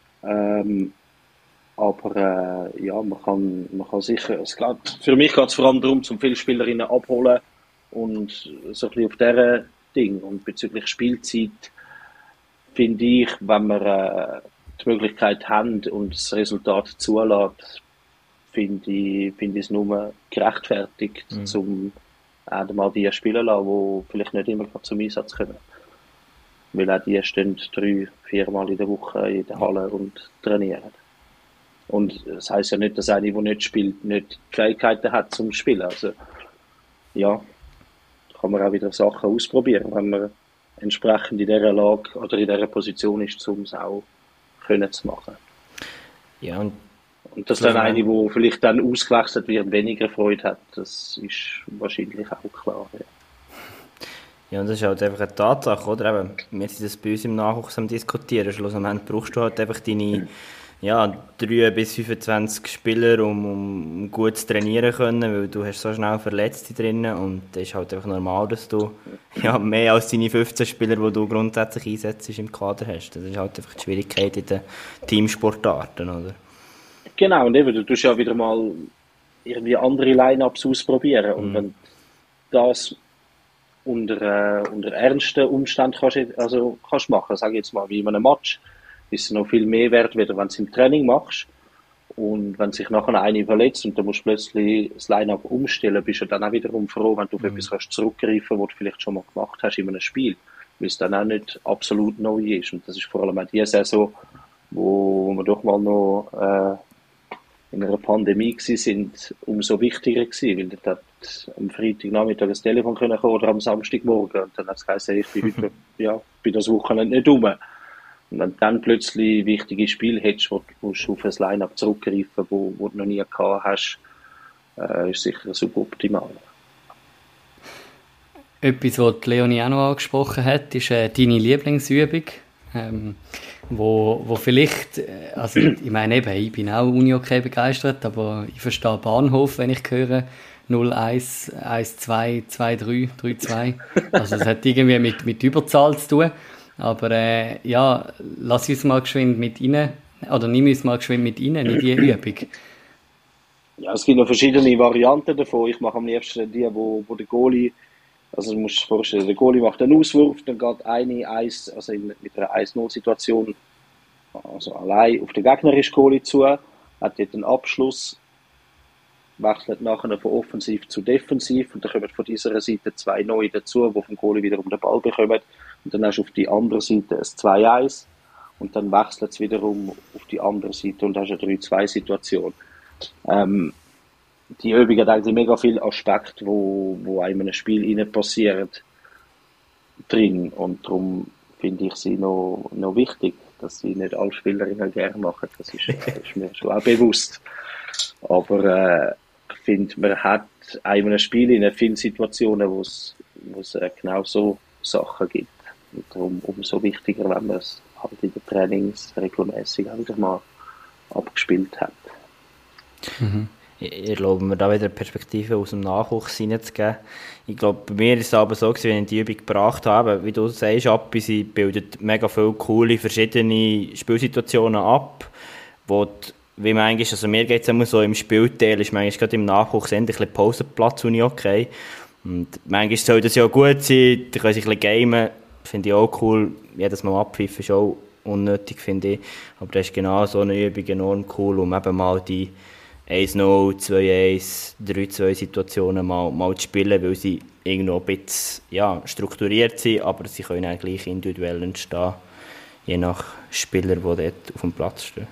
Aber ja, man kann sicher, für mich geht es vor allem darum, zum viele Spielerinnen abholen und so ein bisschen auf dieser Ding. Und bezüglich Spielzeit finde ich, wenn wir die Möglichkeit haben und das Resultat zulässt, finde ich es nur gerechtfertigt, zum mal die spielen lassen, die vielleicht nicht immer zum Einsatz kommen. Weil auch die stehen 3-4 Mal in der Woche in der Halle und trainieren. Und das heisst ja nicht, dass einer, der nicht spielt, nicht die Fähigkeiten hat zum Spielen. Also, ja, kann man auch wieder Sachen ausprobieren, wenn man entsprechend in dieser Lage oder in dieser Position ist, um es auch können zu machen. Ja, und dass dann eine, die vielleicht dann ausgewechselt wird, weniger Freude hat, das ist wahrscheinlich auch klar. Ja. Ja, und das ist halt einfach eine Tatsache, oder? Eben, wir sind das bei uns im Nachwuchs am Diskutieren. Schlussendlich brauchst du halt einfach deine 3 bis 25 Spieler, um gut zu trainieren können, weil du hast so schnell Verletzte drin und es ist halt einfach normal, dass du mehr als deine 15 Spieler, die du grundsätzlich einsetzt, im Kader hast. Das ist halt einfach die Schwierigkeit in den Teamsportarten, oder? Genau, und eben, du tust ja wieder mal irgendwie andere Line-Ups ausprobieren und wenn das unter ernsten Umständen kannst machen, sage ich jetzt mal, wie in einem Match, ist es noch viel mehr wert, wenn du es im Training machst. Und wenn sich nachher einer verletzt und du musst plötzlich das Line-Up umstellen, bist du dann auch wiederum froh, wenn du auf etwas kannst zurückgreifen, was du vielleicht schon mal gemacht hast in einem Spiel, weil es dann auch nicht absolut neu ist. Und das ist vor allem auch die Saison, wo wir doch mal noch in einer Pandemie sind, umso wichtiger gewesen, weil dort hat am Freitagnachmittag das Telefon kommen oder am Samstagmorgen und dann hat es geheißen, ich bin heute, bin das Wochenende nicht rum. Und wenn du dann plötzlich wichtige Spiele hättest, wo du auf ein Line-Up zurückgreifen, wo du noch nie gehabt hast, ist sicher suboptimal. Etwas, was Leonie auch noch angesprochen hat, ist deine Lieblingsübung. Wo vielleicht, also ich meine eben, ich bin auch Uni-OK begeistert, aber ich verstehe Bahnhof, wenn ich höre 0-1, 1-2, 2-3, 3-2. Also es hat irgendwie mit Überzahl zu tun. Aber lass uns mal geschwind mit rein, oder nimm uns mal geschwind mit rein in die Übung. Ja, es gibt noch verschiedene Varianten davon. Ich mache am liebsten die, wo der Goalie, also du musst dir vorstellen, der Goalie macht einen Auswurf, dann geht mit einer 1-0-Situation, also allein auf den gegnerischen Goalie zu, hat dort einen Abschluss, wechselt nachher von offensiv zu defensiv und dann kommen von dieser Seite 2 neue dazu, die vom Goalie wiederum den Ball bekommen und dann hast du auf die andere Seite ein 2-1 und dann wechselt es wiederum auf die andere Seite und hast eine 3-2-Situation. Die Übung hat eigentlich mega viele Aspekte, wo einem in einem Spiel passieren. drin. Und darum finde ich sie noch wichtig, dass sie nicht alle Spielerinnen gerne machen. Das ist mir schon auch bewusst. Aber ich finde, man hat in einem Spiel in vielen Situationen, wo es genau so Sachen gibt. Und darum umso wichtiger, wenn man es halt in den Trainings regelmäßig auch wieder mal abgespielt hat. Mhm. Ich erlaube mir da wieder eine Perspektive aus dem Nachwuchs hineinzugeben. Ich glaube, bei mir ist es aber so gewesen, wenn ich die Übung gebracht habe, wie du sagst, Appi, sie bildet mega viele coole, verschiedene Spielsituationen ab, wo wie manchmal, also mir geht es immer so, im Spielteil ist manchmal gerade im Nachwuchs endlich ein bisschen Pausenplatz okay. Und manchmal soll das ja auch gut sein, da können sie ein bisschen gamen, finde ich auch cool. Jedes Mal abpfiffen ist auch unnötig, finde ich. Aber das ist genau so eine Übung enorm cool, um eben mal die 1-0, 2-1, 3-2 Situationen mal zu spielen, weil sie irgendwo ein bisschen strukturiert sind, aber sie können auch gleich individuell entstehen, je nach Spieler, die dort auf dem Platz stehen.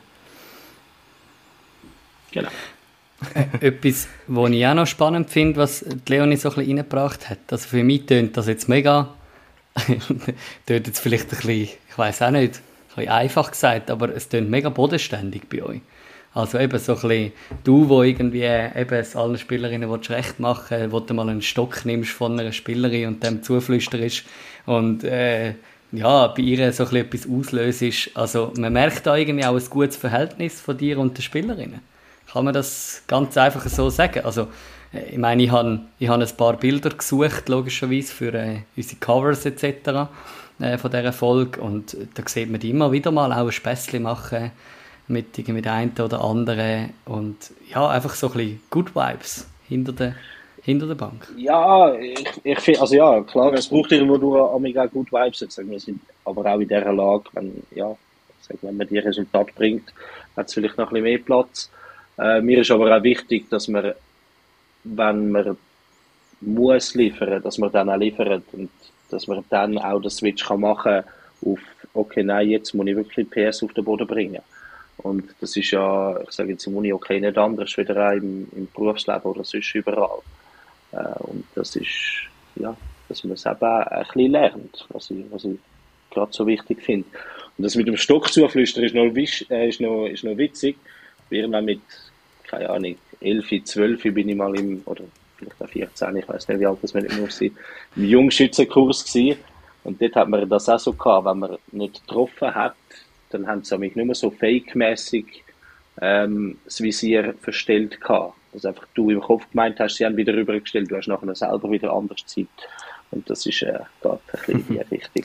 Genau. Etwas, was ich auch noch spannend finde, was Leonie so ein bisschen reingebracht hat. Also für mich tönt das jetzt mega, tönt jetzt vielleicht ein bisschen, ich weiss auch nicht, ein bisschen einfach gesagt, aber es tönt mega bodenständig bei euch. Also eben so ein bisschen, du, wo irgendwie eben es allen Spielerinnen recht machen willst, wo du mal einen Stock nimmst von einer Spielerin und dem zuflüsterst und bei ihr so ein bisschen etwas auslöst. Also man merkt da irgendwie auch ein gutes Verhältnis von dir und den Spielerinnen. Kann man das ganz einfach so sagen? Also ich meine, ich habe ein paar Bilder gesucht, logischerweise, für unsere Covers etc. Von dieser Folge und da sieht man die immer wieder mal auch ein Späßchen machen mit irgendwie der einen oder anderen und ja, einfach so ein bisschen Good Vibes hinter der Bank. Ja, ich finde, also ja, klar, es braucht irgendwo durch auch Good Vibes. Jetzt, wir sind aber auch in dieser Lage, wenn man die Resultate bringt, hat es vielleicht noch ein bisschen mehr Platz. Mir ist aber auch wichtig, dass man, wenn man muss liefern, dass man dann auch liefert und dass man dann auch den Switch kann machen auf, okay, nein, jetzt muss ich wirklich PS auf den Boden bringen. Und das ist ja, ich sage jetzt im Uni okay, nicht anders, wieder auch im Berufsleben oder sonst überall. Und das ist, ja, dass man es eben auch ein bisschen lernt, was ich gerade so wichtig finde. Und das mit dem Stock zuflüstern ist noch witzig. Irgendwann mit, keine Ahnung, 11, 12 bin ich mal oder vielleicht auch 14, ich weiß nicht, wie alt das man muss sein, im Jungschützenkurs gewesen. Und dort hat man das auch so gehabt, wenn man nicht getroffen hat, dann haben sie mich nur so fake-mässig das Visier verstellt gehabt. Also einfach du im Kopf gemeint hast, sie haben wieder rübergestellt, du hast nachher selber wieder anders Zeit. Und das ist gerade ein bisschen in die Richtung.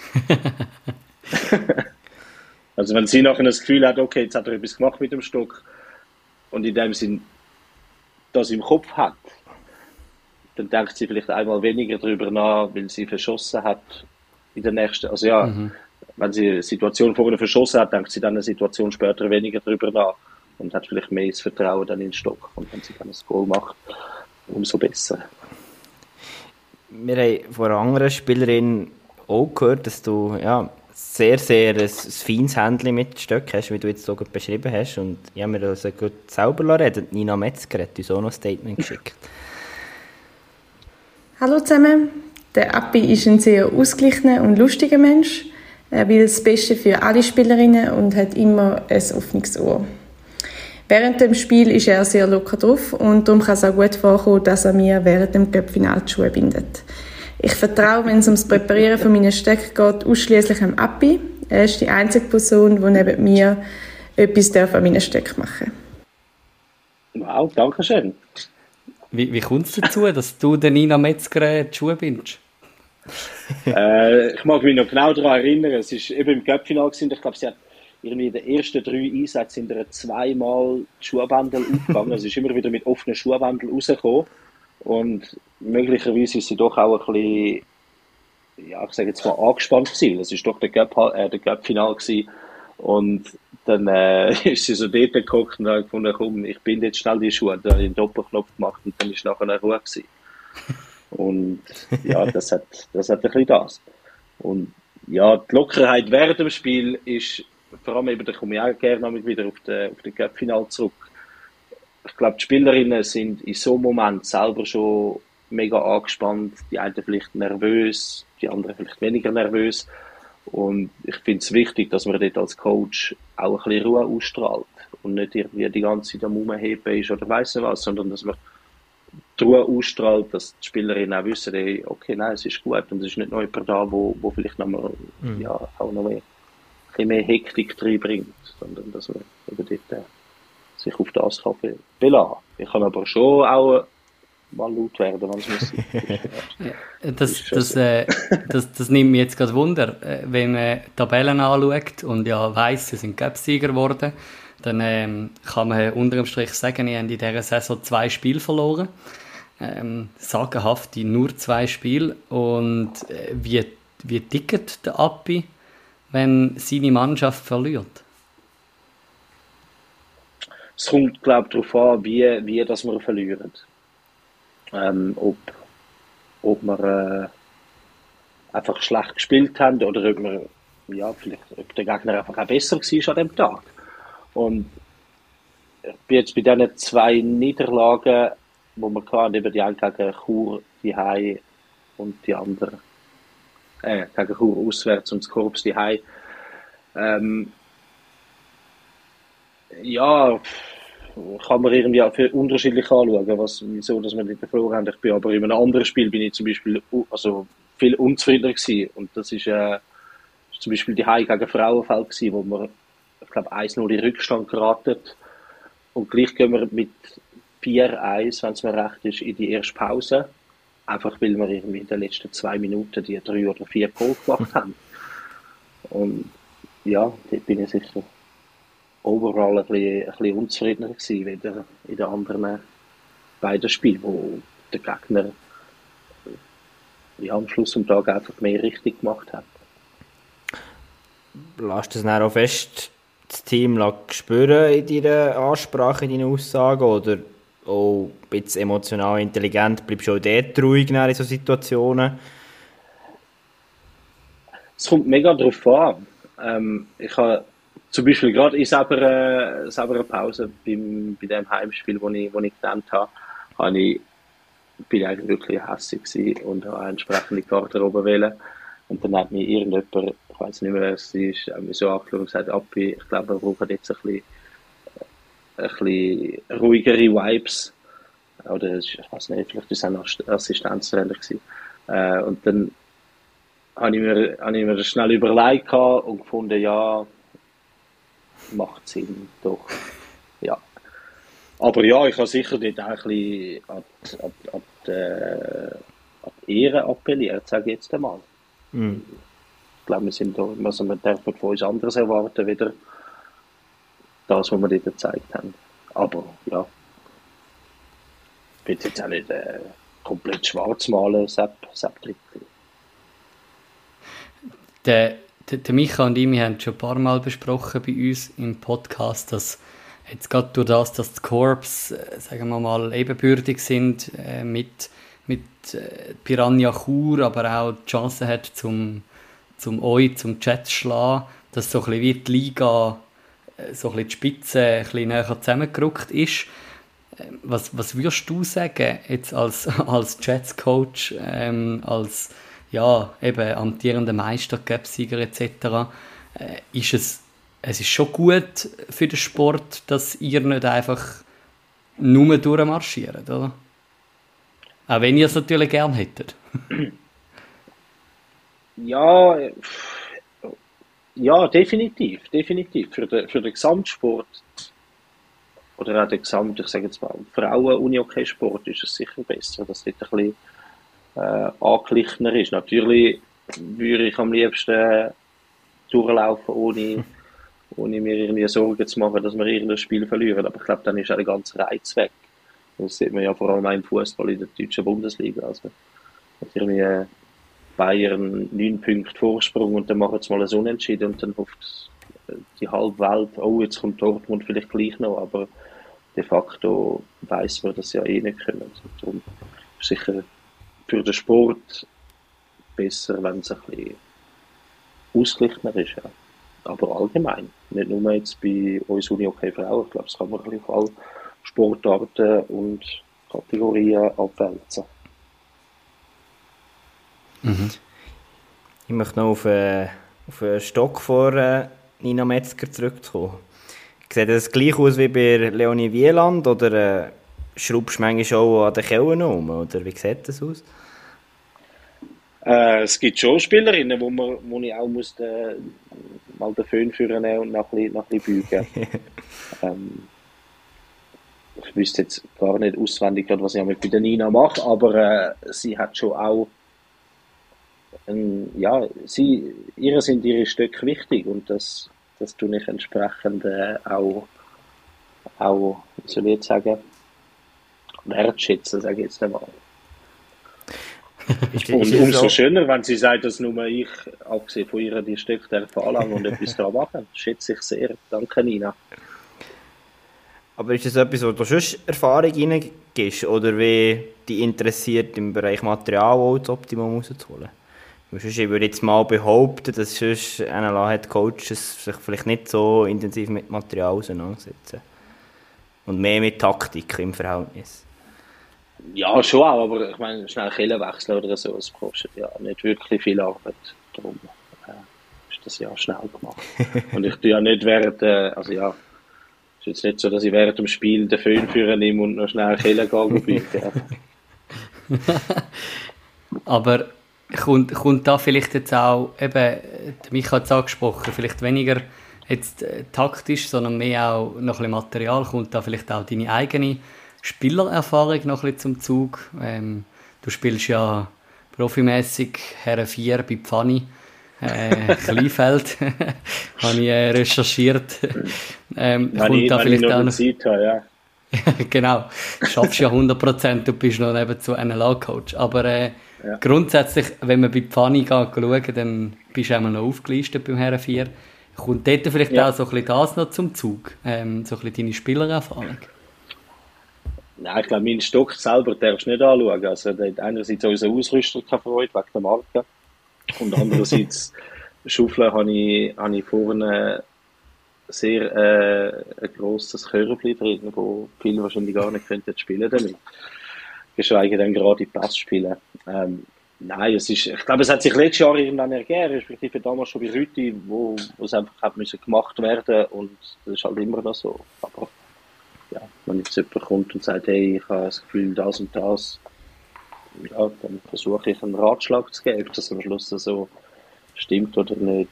Also wenn sie nachher das Gefühl hat, okay, jetzt hat er etwas gemacht mit dem Stock und in dem Sinn das im Kopf hat, dann denkt sie vielleicht einmal weniger darüber nach, weil sie verschossen hat in der nächsten, also ja, wenn sie eine Situation vorher verschossen hat, denkt sie dann eine Situation später weniger darüber nach und hat vielleicht mehr das Vertrauen dann in den Stock. Und wenn sie dann ein Goal macht, umso besser. Wir haben von einer anderen Spielerin auch gehört, dass du sehr, sehr ein feines Händchen mit Stöcken hast, wie du jetzt so gut beschrieben hast. Und ich habe mir das gut selber reden. Nina Metzger hat uns auch noch ein Statement geschickt. Hallo zusammen. Der Appi ist ein sehr ausgeglichener und lustiger Mensch. Er will das Beste für alle Spielerinnen und hat immer ein offenes Ohr. Während dem Spiel ist er sehr locker drauf und darum kann es auch gut vorkommen, dass er mir während dem Cup-Final die Schuhe bindet. Ich vertraue, wenn es ums Präparieren von meinen Stöcken geht, ausschließlich am Appi. Er ist die einzige Person, die neben mir etwas an meinen Stöcken machen darf. Wow, danke schön. Wie kommt es dazu, dass du den Nina Metzger die Schuhe bindest? Ich mag mich noch genau daran erinnern, es war eben im Cup-Final gewesen. Ich glaube, sie hat irgendwie in den ersten 3 Einsätzen sind ihr zweimal die Schuhbändel aufgegangen. Also ist immer wieder mit offenen Schuhbändeln rausgekommen. Und möglicherweise ist sie doch auch ein bisschen, ja, ich sage jetzt mal, angespannt gewesen. Das war doch der Cup-Final gewesen. Und dann ist sie so dort geguckt und hat gefunden, komm, ich binde jetzt schnell die Schuhe. Dann habe ich einen Doppelknopf gemacht und dann ist nachher eine Ruhe gewesen. Und ja, das hat ein bisschen das. Und ja, die Lockerheit während dem Spiel ist, vor allem eben, da komme ich auch gerne wieder auf den Cup-Final zurück. Ich glaube, die Spielerinnen sind in so einem Moment selber schon mega angespannt, die einen vielleicht nervös, die anderen vielleicht weniger nervös. Und ich finde es wichtig, dass man dort als Coach auch ein bisschen Ruhe ausstrahlt und nicht irgendwie die ganze Zeit am Rumheben ist oder weiss nicht was, sondern dass man die Ruhe ausstrahlt, dass die Spielerinnen auch wissen, hey, okay, nein, es ist gut und es ist nicht noch jemand da, wo vielleicht noch mal, ja, auch noch mehr, ein bisschen mehr Hektik reinbringt, sondern dass man eben dort sich auf das kann belassen. Ich kann aber schon auch mal laut werden, wenn es muss. Das nimmt mich jetzt gerade Wunder. Wenn man Tabellen anschaut und ja weiss, sie sind Cup-Sieger geworden, dann kann man unter dem Strich sagen, ich habe in dieser Saison 2 Spiele verloren. Sagenhafte nur 2 Spiele. Und wie tickt der Appi, wenn seine Mannschaft verliert? Es kommt, glaube ich, darauf an, wie das wir verlieren. Ob wir einfach schlecht gespielt haben oder ob wir, ja, vielleicht, ob der Gegner einfach auch besser war an dem Tag. Und ich bin jetzt bei diesen 2 Niederlagen, wo wir hatten, eben die eine gegen Chur, die Hai und die andere gegen Chur auswärts und das Korps die Hai. Ja, kann man irgendwie auch unterschiedlich anschauen, wieso dass wir nicht verloren haben. Ich bin aber in einem anderen Spiel bin ich zum Beispiel viel unzufriedener gewesen. Und das ist zum Beispiel die Hai gegen Frauenfeld gewesen, wo wir, ich glaube, 1-0 in Rückstand geraten. Und gleich gehen wir mit 4-1, wenn es mir recht ist, in die erste Pause. Einfach weil wir irgendwie in den letzten 2 Minuten die 3 oder 4 Goal gemacht haben. Und ja, dort bin ich sicher overall ein bisschen unzufriedener gewesen, wie in den anderen beiden Spielen, wo der Gegner am Schluss des Tages einfach mehr richtig gemacht hat. Lass das dann auch fest das Team spüren in deiner Ansprache, in deinen Aussagen, oder auch ein bisschen emotional intelligent, bleibst du auch dort ruhig in solchen Situationen? Es kommt mega darauf an. Ich habe zum Beispiel gerade in selber Pause bei dem Heimspiel, das ich genannt habe, bin ich eigentlich wirklich hässig gewesen und habe entsprechende Garderobe wählen. Und dann hat mir irgendjemand, ich weiß nicht mehr, wer es ist, mir so angeschaut und gesagt, Appi, ich glaube, wir brauchen jetzt ein bisschen ruhigere Vibes. Oder ich weiß nicht, vielleicht war es ein Assistenztrainer gewesen. Und dann habe ich mir das schnell überlegt und gefunden, ja, macht Sinn, doch. Ja. Aber ja, ich habe sicher nicht auch ein bisschen an die Ehre appelliert, sage ich jetzt einmal. Ich glaube, wir sind da, also man darf von uns anderes erwarten, wieder das, was wir dort gezeigt haben. Aber ja, ich will jetzt auch nicht komplett schwarz malen, Sepp Trittli. Der Micha und ich, wir haben schon ein paar Mal besprochen bei uns im Podcast, dass jetzt gerade durch das, dass die Corps, sagen wir mal, ebenbürtig sind mit Piranha Chur, aber auch die Chance hat, zum Chat zu schlagen, dass so ein bisschen wie die Liga, so ein bisschen die Spitze ein bisschen näher zusammengerückt ist. Was würdest du sagen, jetzt als Jets-Coach, als ja, eben amtierender Meister, Cup-Sieger etc., es ist schon gut für den Sport, dass ihr nicht einfach nur durchmarschiert, oder? Auch wenn ihr es natürlich gern hättet. Ja, definitiv. Für den Gesamtsport oder auch den ich sage jetzt mal, Frauen-Unihockey-Sport ist es sicher besser, dass dort ein bisschen angeglichener ist. Natürlich würde ich am liebsten durchlaufen, ohne mir irgendwie Sorgen zu machen, dass wir irgendein Spiel verlieren. Aber ich glaube, dann ist auch der ganze Reiz weg. Das sieht man ja vor allem auch im Fußball in der deutschen Bundesliga. Also hat irgendwie Bayern 9 Punkte Vorsprung und dann machen sie mal ein Unentschieden und dann hofft die halbe Welt, oh, jetzt kommt Dortmund vielleicht gleich noch, aber de facto weiss man, dass sie ja eh nicht können. Also darum ist sicher für den Sport besser, wenn es ein bisschen ausgeglichener ist. Ja. Aber allgemein, nicht nur jetzt bei uns Unihockey-Frauen, ich glaube, das kann man auf alle Sportarten und Kategorien abwälzen. Ich möchte noch auf den Stock von Nina Metzger zurückkommen. Sieht das gleich aus wie bei Leonie Wieland oder schraubst du manchmal auch an den Kellen um? Oder wie sieht das aus? Es gibt schon Spielerinnen, wo ich auch muss mal den Föhn führen und noch ein bisschen beugen. Ich wüsste jetzt gar nicht auswendig, was ich mit der Nina mache, aber sie hat schon auch ihr sind ihre Stücke wichtig und das tue ich entsprechend auch, wie soll ich jetzt sagen, wertschätzen, sage ich jetzt einmal. Und umso schöner, wenn sie sagt, dass nur ich, abgesehen von ihr, die Stücke anlangen und etwas da machen. Das schätze ich sehr. Danke, Nina. Aber ist das etwas, wo du schon Erfahrung reingibst oder wie dich interessiert, im Bereich Material auch das Optimum rauszuholen? Ich würde jetzt mal behaupten, dass sonst NLA-Coaches sich vielleicht nicht so intensiv mit Material auseinandersetzen. Und mehr mit Taktik im Verhältnis. Ja, schon auch, aber ich meine, schnell Killenwechsel oder so, es kostet ja nicht wirklich viel Arbeit. Darum ist das ja schnell gemacht. Und ich tue ja nicht es ist jetzt nicht so, dass ich während dem Spiel den Föhn führen nehme und noch schnell Killen beugen. Aber kommt da vielleicht jetzt auch, eben, Micha hat es angesprochen, vielleicht weniger jetzt taktisch, sondern mehr auch noch ein bisschen Material, kommt da vielleicht auch deine eigene Spielererfahrung noch ein bisschen zum Zug? Du spielst ja profimässig Herren 4 bei Pfanni, Kleinfeld, habe ich recherchiert. Wenn ich noch Zeit habe, ja. Genau, du schaffst ja 100%, du bist noch nebenzu NLA-Coach. Aber grundsätzlich, wenn man bei Pfanni schaut, dann bist du einmal noch aufgelistet beim Herren 4. Kommt dort vielleicht auch so ein bisschen das noch zum Zug? So ein bisschen deine Spielererfahrung? Nein, ich glaube, meinen Stock selber darfst du nicht anschauen. Also, einerseits unser Ausrüster keine Freude wegen der Marke. Und andererseits, Schaufeln habe ich vorne sehr ein grosses Körbchen drin, wo viele wahrscheinlich gar nicht könnten spielen damit. Geschweige denn gerade Pass spielen. Nein, ich glaube, es hat sich letztes Jahr irgendwann ergeben, respektive damals schon bei Rüti, wo es einfach hat müssen gemacht werden und das ist halt immer noch so. Aber ja, wenn jetzt jemand kommt und sagt, hey, ich habe das Gefühl, das und das, ja, dann versuche ich einen Ratschlag zu geben, ob das am Schluss so stimmt oder nicht.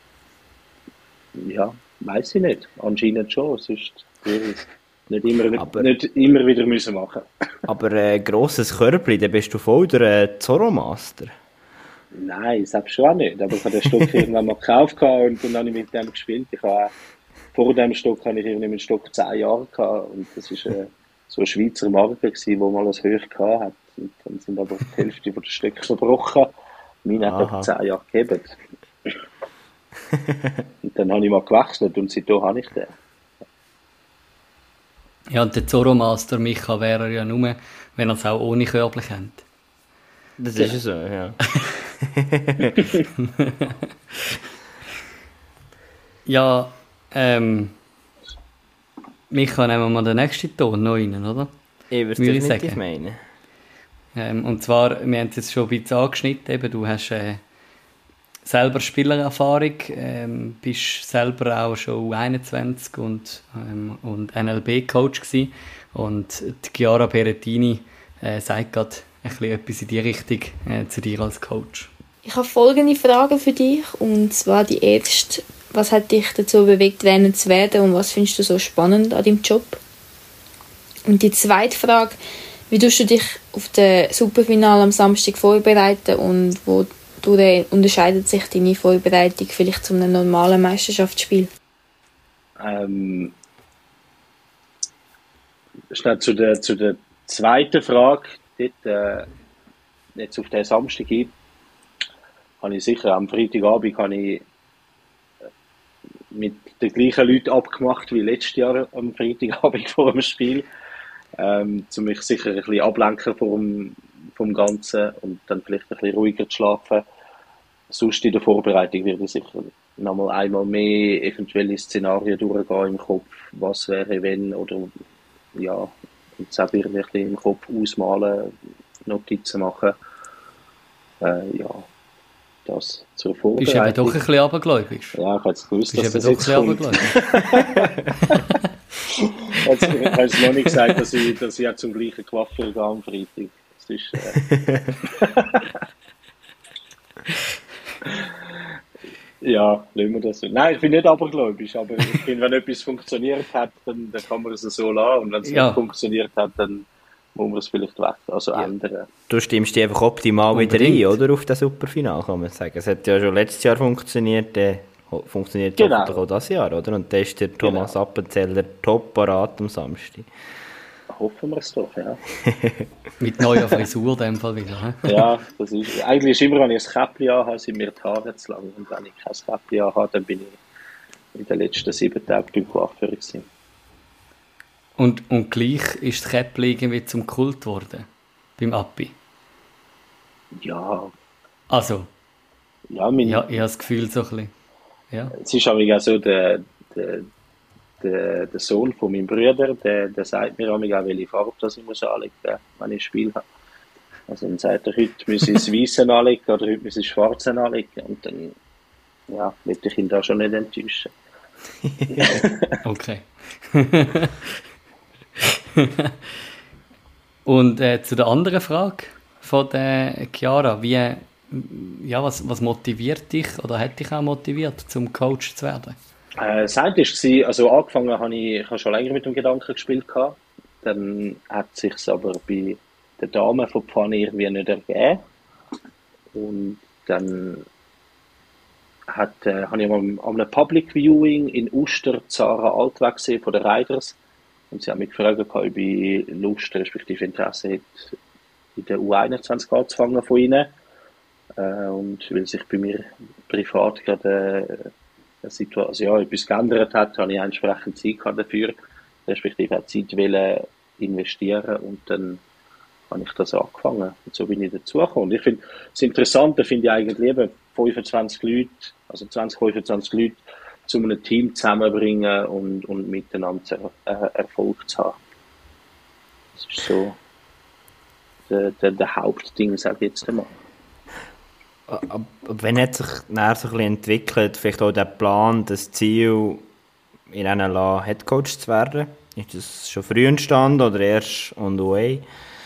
Ja, weiß ich nicht. Anscheinend schon, sonst würde ich nicht immer wieder müssen machen. Aber ein grosses Körbchen, dann bist du voll der Zorro-Master. Nein, selbst schon auch nicht. Aber ich habe den Stock irgendwann mal gekauft und dann habe ich mit dem gespielt. Vor dem Stock hatte ich irgendwie einen Stock 10 Jahre gehabt, und das war so eine Schweizer Marke, die mal ein Höch hatte. Und dann sind aber die Hälfte der Stöcke verbrochen. Meine hat aber 10 Jahre gegeben. Und dann habe ich mal gewechselt und seitdem habe ich den. Ja, und der Zorro-Master Micha wäre ja nur, wenn er es auch ohne Körbchen kennt. Das ist ja so, ja. Ja, Micha, nehmen wir mal den nächsten Ton noch rein, oder? Ich würde es definitiv meinen. Und zwar, wir haben es jetzt schon ein bisschen angeschnitten, eben, du hast selber Spielererfahrung, bist selber auch schon U21 und NLB-Coach gewesen. Und die Chiara Berettini sagt gerade ein bisschen etwas in die Richtung zu dir als Coach. Ich habe folgende Fragen für dich, und zwar die erste: Was hat dich dazu bewegt, Trainer zu werden, und was findest du so spannend an deinem Job? Und die zweite Frage: Wie tust du dich auf das Superfinale am Samstag vorbereiten, und wo unterscheidet sich deine Vorbereitung vielleicht zu einem normalen Meisterschaftsspiel? Schnell zu der zweiten Frage. Dort, jetzt auf den Samstag hin, habe ich sicher am Freitagabend mit den gleichen Leuten abgemacht wie letztes Jahr am Freitagabend vor dem Spiel. Um mich sicher ein bisschen ablenken vom Ganzen und dann vielleicht ein bisschen ruhiger zu schlafen. Sonst in der Vorbereitung werde ich sicher nochmal einmal mehr eventuelle Szenarien durchgehen im Kopf, was wäre, wenn, oder ja, und selber ein bisschen im Kopf ausmalen, Notizen machen. Ja, das zur Vorbereitung. Bist du eben doch ein bisschen abergläubig? Ja, ich hätte es gewusst, dass das jetzt kommt. Ich habe es noch nicht gesagt, dass ich auch zum gleichen Coiffeur gehe am Freitag. Das ist... Ja, lassen wir das so. Nein, ich bin nicht abergläubisch, aber ich finde, wenn etwas funktioniert hat, dann kann man es so lassen. Und wenn es nicht funktioniert hat, dann muss man es vielleicht ändern. Du stimmst dich einfach optimal wieder ein, oder? Auf das Superfinale, kann man sagen. Es hat ja schon letztes Jahr funktioniert, funktioniert genau. Auch das Jahr, oder? Und da ist der Thomas Appenzeller top parat am Samstag. Hoffen wir es doch, ja. Mit neuer Frisur in dem Fall wieder. He? Ja, das ist, eigentlich ist immer, wenn ich ein Käppchen anhabe, sind mir die Haare zu lang. Und wenn ich kein Käppchen anhabe, dann bin ich in den letzten 7 Tagen beim Coiffeur gewesen. Und gleich ist das Käppchen irgendwie zum Kult geworden? Beim Appi? Ja. Also? Ja, ich habe das Gefühl so ein bisschen. Ja. Es ist auch so, der Sohn von meinem Bruder, der sagt mir auch, welche Farbe das ich muss anlegen muss, wenn ich ein Spiel habe. Also dann sagt er, heute muss ich das Weiße anlegen oder heute muss ich das Schwarze anlegen. Und dann will ich ihn da schon nicht enttäuschen. Okay. Und zu der anderen Frage von der Chiara, was motiviert dich oder hat dich auch motiviert, zum Coach zu werden? Seit war, also angefangen habe ich habe schon länger mit dem Gedanken gespielt gehabt. Dann hat es sich aber bei den Damen von Pfanne irgendwie nicht ergeben. Und dann habe ich mal an einem Public Viewing in Uster Zara Altweg gesehen von den Riders. Und sie haben mich gefragt, ob ich Lust respektive Interesse hätte, in der U21 anzufangen von ihnen. Und weil sich bei mir privat gerade etwas geändert hat, habe ich entsprechend Zeit dafür, respektive auch Zeit investieren und dann habe ich das angefangen und so bin ich dazugekommen. Und ich finde, das Interessante finde ich eigentlich eben 25 Leute, also 25 Leute zu einem Team zusammenbringen und miteinander Erfolg zu haben. Das ist so der Hauptding, sage ich jetzt einmal. Wenn hat sich näher so ein bisschen entwickelt, vielleicht auch der Plan, das Ziel, in NLA Headcoach zu werden? Ist das schon früh entstanden oder erst on the way?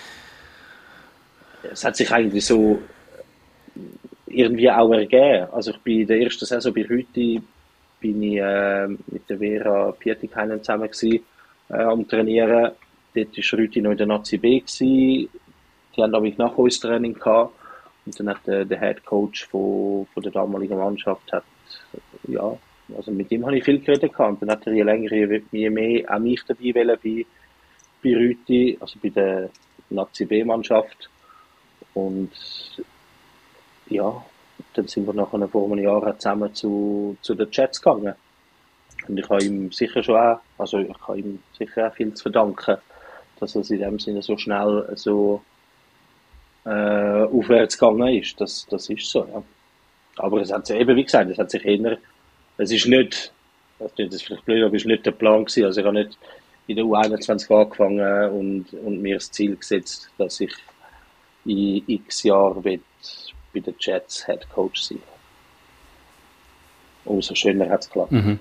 Es hat sich eigentlich so irgendwie auch ergeben. Also ich bin in der ersten Saison bei Rüti bin ich mit der Vera Pietikainen zusammen gewesen, am Trainieren. Dort war Rüti noch in der Nazi B gewesen. Die haben nämlich nach uns Training gehabt. Und dann hat der Head Coach von der damaligen Mannschaft also mit ihm habe ich viel geredet gehabt. Und dann hat er je länger, je mehr auch mich dabei wollen bei Rüti, also bei der Nazi B-Mannschaft. Und ja, dann sind wir nachher vor einem Jahr zusammen zu den Jets gegangen. Und ich habe ihm sicher auch viel zu verdanken, dass es in dem Sinne so schnell so aufwärts gegangen ist. Das ist so, ja. Aber es hat sich eben, wie gesagt, es ist nicht, das ist vielleicht blöd, aber es ist nicht der Plan gewesen. Also ich habe nicht in der U21 angefangen und mir das Ziel gesetzt, dass ich in x Jahren bei den Jets Head Coach sein. Umso schöner hat es geklappt. Mhm.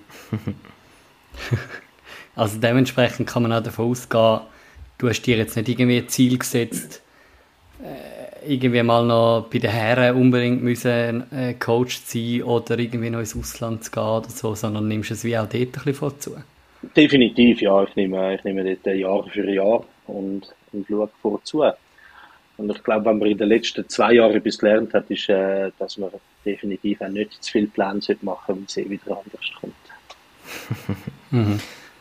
Also dementsprechend kann man auch davon ausgehen, du hast dir jetzt nicht irgendwie ein Ziel gesetzt, irgendwie mal noch bei den Herren unbedingt müssen Coach sein oder irgendwie noch ins Ausland zu gehen oder so, sondern nimmst es wie auch dort ein bisschen vorzu? Definitiv, ja. Ich nehme dort Jahr für Jahr und schaue vorzu. Und ich glaube, wenn man in den letzten 2 Jahren etwas gelernt hat, ist, dass man definitiv auch nicht zu viele Pläne machen sollte, wenn es wieder anders kommt. Mhm.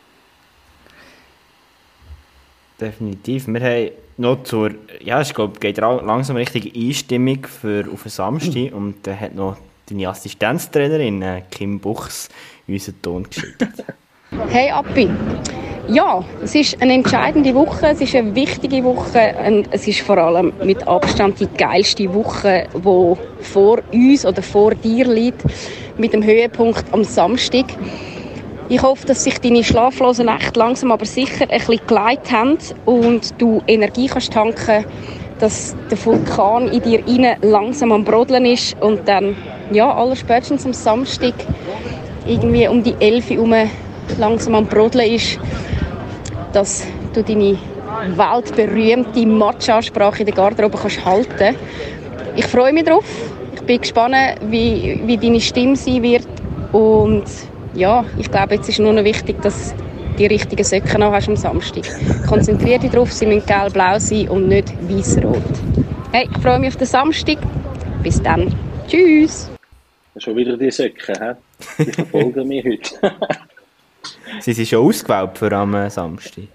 Definitiv. Wir haben noch ich glaube, geht langsam richtig Einstimmung auf den Samstag und da hat noch deine Assistenztrainerin Kim Buchs uns einen Ton geschickt. Hey Appi, ja, es ist eine entscheidende Woche, es ist eine wichtige Woche und es ist vor allem mit Abstand die geilste Woche, die vor uns oder vor dir liegt, mit dem Höhepunkt am Samstag. Ich hoffe, dass sich deine schlaflosen Nächte langsam aber sicher ein bisschen geleitet haben und du Energie kannst tanken dass der Vulkan in dir rein langsam am Brodeln ist und dann, ja, allerspätestens am Samstag irgendwie um die 11 Uhr herum langsam am Brodeln ist, dass du deine weltberühmte Match-Ansprache in der Garderobe kannst halten. Ich freue mich drauf. Ich bin gespannt, wie deine Stimme sein wird. Und ja, ich glaube, jetzt ist nur noch wichtig, dass du die richtigen Socken noch hast am Samstag. Konzentriere dich darauf, sie müssen gelb-blau sein und nicht weiß-rot. Hey, ich freue mich auf den Samstag. Bis dann. Tschüss. Schon wieder die Socken, hä? Die verfolgen mich heute. Sie sind schon ausgewählt für am Samstag?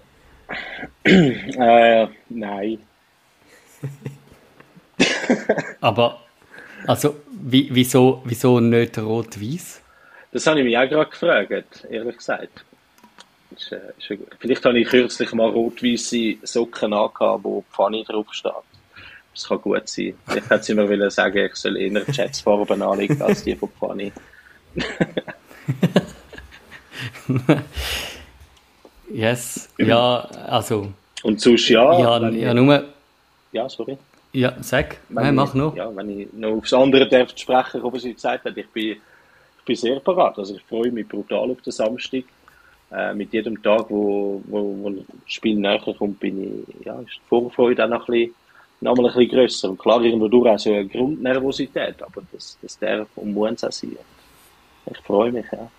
Nein. Aber, also, wieso nicht rot-weiß? Das habe ich mich auch gerade gefragt, ehrlich gesagt. Vielleicht habe ich kürzlich mal rot-weisse Socken angehabt, wo Pfanne drauf steht. Das kann gut sein. Vielleicht hätte sie mir sagen, ich soll eher Jetsfarben anlegen als die von Pfanne. Yes, ja, also... Und sonst ja... Ja, nur... Ja, sorry. Ja, sag. Nein, mach noch. Ja, wenn ich noch aufs andere darf sprechen, was sie gesagt hat, ich bin sehr parat. Also ich freue mich brutal auf den Samstag. Mit jedem Tag, wo das Spiel näher kommt, ist die Vorfreude auch noch ein bisschen grösser. Und klar, irgendwo durch auch so eine Grundnervosität, aber das darf und muss auch sein. Ich freue mich, ja.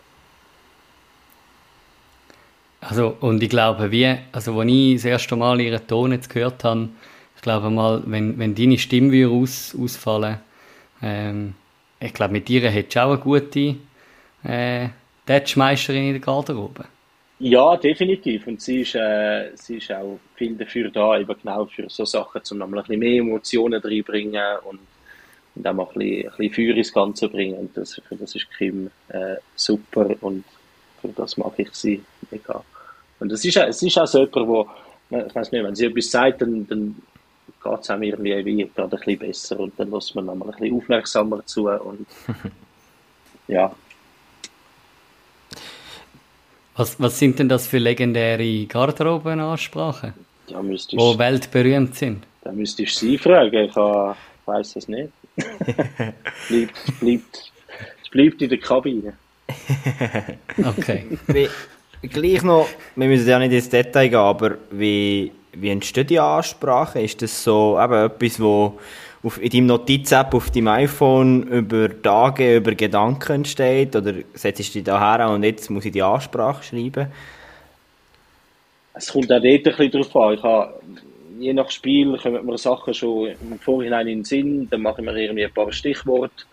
Also, und ich glaube, als ich das erste Mal ihren Ton jetzt gehört habe, ich glaube mal, wenn deine Stimme ausfallen ich glaube, mit dir hättest du auch eine gute Touchmeisterin in der Garderobe. Ja, definitiv. Und sie ist auch viel dafür da, eben genau für so Sachen, um nochmal ein bisschen mehr Emotionen reinbringen und auch mal ein bisschen Feuer ins Ganze bringen. Und das ist Kim super und für das mag ich sie mega. Und es ist auch so jemand, wo, ich weiss nicht, wenn sie etwas sagt, dann geht es einem irgendwie gerade ein bisschen besser und dann lässt man nochmal ein bisschen aufmerksamer zu und ja. Was sind denn das für legendäre Garderobenansprachen, die weltberühmt sind? Da müsstest du sie fragen, ich weiss es nicht. Es bleibt in der Kabine. Okay. Gleich noch, wir müssen ja nicht ins Detail gehen, aber wie entsteht die Ansprache? Ist das so eben etwas, wo in deinem Notiz-App auf deinem iPhone über Tage, über Gedanken entsteht? Oder setzt du dich da her und jetzt muss ich die Ansprache schreiben? Es kommt auch dort ein bisschen drauf an. Je nach Spiel kommen mir Sachen schon im Vorhinein in den Sinn, dann mache ich mir irgendwie ein paar Stichworte.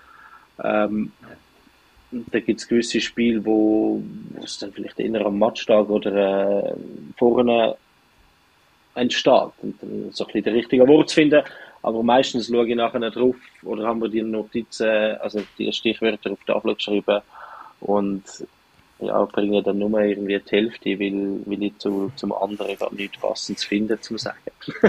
Da gibt es gewisse Spiele, wo es dann vielleicht eher am Matchtag oder vorne entsteht. Und dann so ein bisschen den richtigen Wort zu finden. Aber meistens schaue ich nachher drauf oder haben wir die Notizen, also die Stichwörter auf die Tafel geschrieben und ja, bringe dann nur irgendwie die Hälfte, weil ich zum anderen gar nichts Passendes finde, zum Sagen.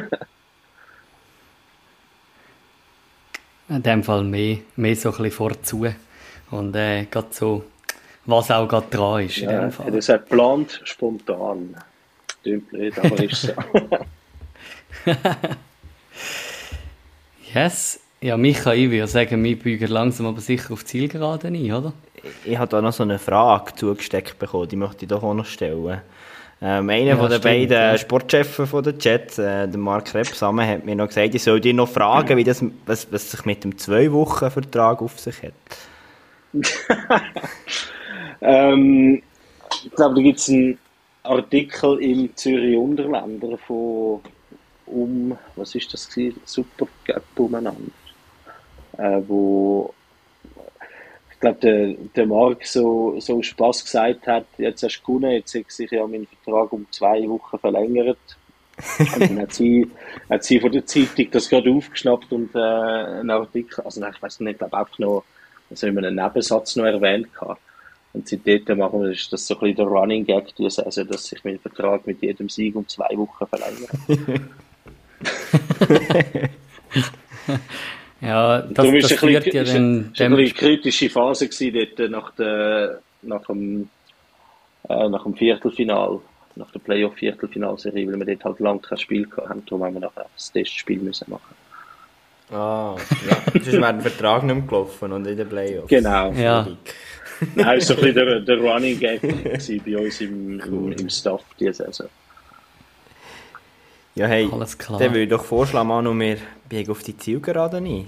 In dem Fall mehr so ein bisschen vorzu. Und gerade so, was auch gerade dran ist in dem Fall. Das ist geplant, spontan. Klingt blöd, aber ist so. Yes. Ja, Micha, ich würde sagen, wir biegen langsam aber sicher auf die Zielgeraden ein, oder? Ich habe da noch so eine Frage zugesteckt bekommen, die möchte ich doch auch noch stellen. Einer von den beiden Sportchefs von der Chat, der Mark Rebsamen, hat mir noch gesagt, ich soll dir noch fragen, wie was sich mit dem 2-Wochen-Vertrag auf sich hat. Ich glaube, da gibt es einen Artikel im Zürich Unterländer was ist das gewesen? Supercup umeinander. Wo ich glaube, der Marc so Spaß gesagt hat, jetzt hast du gewonnen, jetzt hat sich ja mein Vertrag um 2 Wochen verlängert. Und dann hat sie von der Zeitung das gerade aufgeschnappt und einen Artikel, also nein, ich weiß nicht, ich glaube auch noch, also in einem Nebensatz noch erwähnt gehabt. Und seitdem ist das so ein bisschen der Running Gag, also dass sich mein Vertrag mit jedem Sieg um 2 Wochen verlängert. Ja, das führt ja dann... Es war eine kritische Phase gewesen, dort nach dem Viertelfinal. nach der Playoff-Viertelfinalserie, weil wir dort halt lange kein Spiel hatten. Darum haben wir nachher das Testspiel müssen machen. Ah, ja. Sonst wäre der Vertrag nicht mehr gelaufen und in den Playoffs. Genau. Ja. Nein, ist so ein bisschen der Running Gag bei uns im Staff diese Saison. Ja, hey, Alles klar. dann würde ich doch vorschlagen, Manu, wir biegen auf die Zielgerade ein.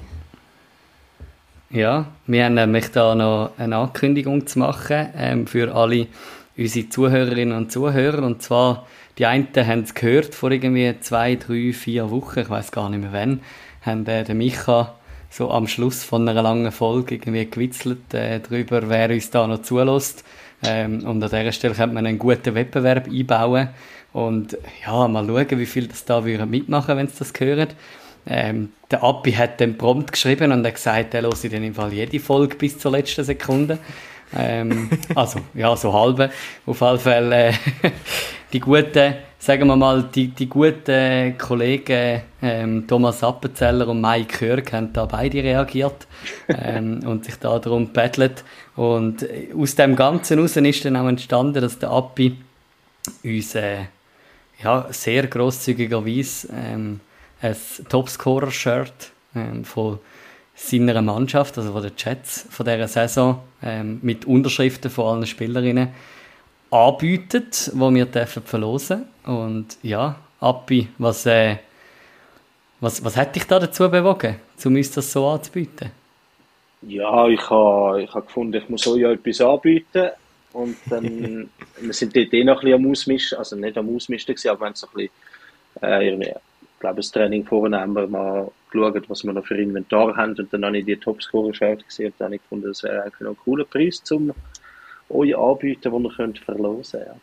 Ja, wir haben nämlich da noch eine Ankündigung zu machen für alle unsere Zuhörerinnen und Zuhörer. Und zwar, die einen haben es gehört, vor irgendwie 2, 3, 4 Wochen, ich weiß gar nicht mehr wann, haben der Micha so am Schluss von einer langen Folge irgendwie gewitzelt darüber, wer uns da noch zulässt. Und an dieser Stelle könnte man einen guten Wettbewerb einbauen und ja, mal schauen, wie viel das da mitmachen, wenn sie das hören. Der Appi hat dann prompt geschrieben und hat gesagt, er hört dann im Fall jede Folge bis zur letzten Sekunde. Also, ja, so halbe. Auf alle Fälle die guten, sagen wir mal, die guten Kollegen Thomas Appenzeller und Mike Körg haben da beide reagiert und sich da darum gebettelt. Und aus dem Ganzen heraus ist dann auch entstanden, dass der Appi uns sehr grosszügigerweise ein Topscorer-Shirt von seiner Mannschaft, also von den Jets von dieser Saison, mit Unterschriften von allen Spielerinnen anbietet, die wir verlosen dürfen. Und ja, Appi, was hat dich da dazu bewogen, um uns das so anzubieten? Ja, ich habe gefunden, ich muss euch etwas anbieten. Und dann, wir sind dort noch ein bisschen am Ausmischen, also nicht am Ausmischen gewesen, aber wir haben so ein bisschen, ich glaube, das Training vorne haben wir mal geschaut, was wir noch für Inventar haben, und dann habe ich die Topscorer-Shirt gesehen und dann habe ich gefunden, das wäre eigentlich noch ein cooler Preis, um euch anbieten, den ihr könnt verlosen könnt.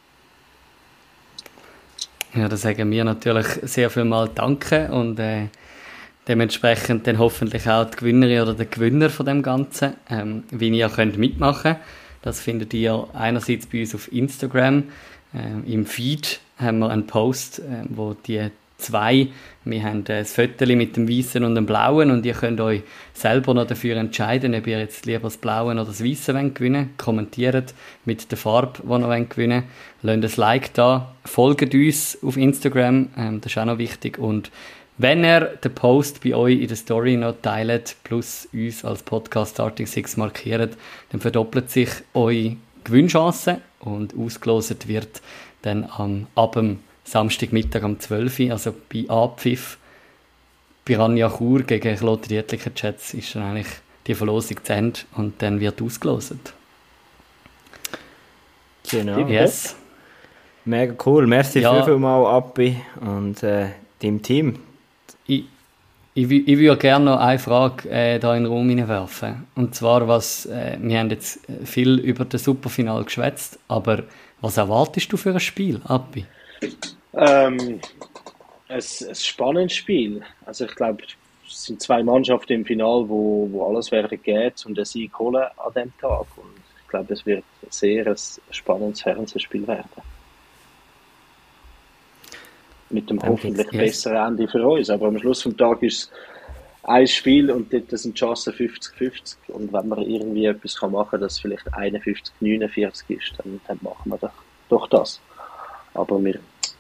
Ja, da sagen wir natürlich sehr viel mal Danke und dementsprechend dann hoffentlich auch die Gewinnerin oder der Gewinner von dem Ganzen, wie ihr könnt mitmachen. Das findet ihr einerseits bei uns auf Instagram. Im Feed haben wir einen Post, wo die zwei, wir haben ein Foto mit dem Weißen und dem Blauen und ihr könnt euch selber noch dafür entscheiden, ob ihr jetzt lieber das Blaue oder das Weiße gewinnen wollt. Kommentiert mit der Farbe, die ihr gewinnen wollt. Lasst ein Like da, folgt uns auf Instagram, das ist auch noch wichtig. Und wenn ihr den Post bei euch in der Story noch teilt, plus uns als Podcast Starting Six markiert, dann verdoppelt sich eure Gewinnchance und ausgelost wird dann ab dem Samstagmittag um 12 Uhr, also bei Abpfiff, Piranha Chur gegen Kloten Dietliker Jets, ist dann eigentlich die Verlosung zu Ende und dann wird ausgelost. Genau. Yes. Mega cool. Merci vielmals, Appi und deinem Team. Ich würde gerne noch eine Frage da in den Raum hineinwerfen. Und zwar, wir haben jetzt viel über das Superfinale geschwätzt, aber was erwartest du für ein Spiel, Appi? Ein spannendes Spiel. Also ich glaube, es sind zwei Mannschaften im Finale, wo alles werden geht und den Sieg holen an diesem Tag. Und ich glaube, es wird sehr ein spannendes Fernsehspiel werden. Mit dem hoffentlich besseren Ende für uns. Aber am Schluss des Tages ist es ein Spiel und dort sind die Chancen 50-50. Und wenn man irgendwie etwas machen kann, das vielleicht 51-49 ist, dann machen wir doch das. Aber wir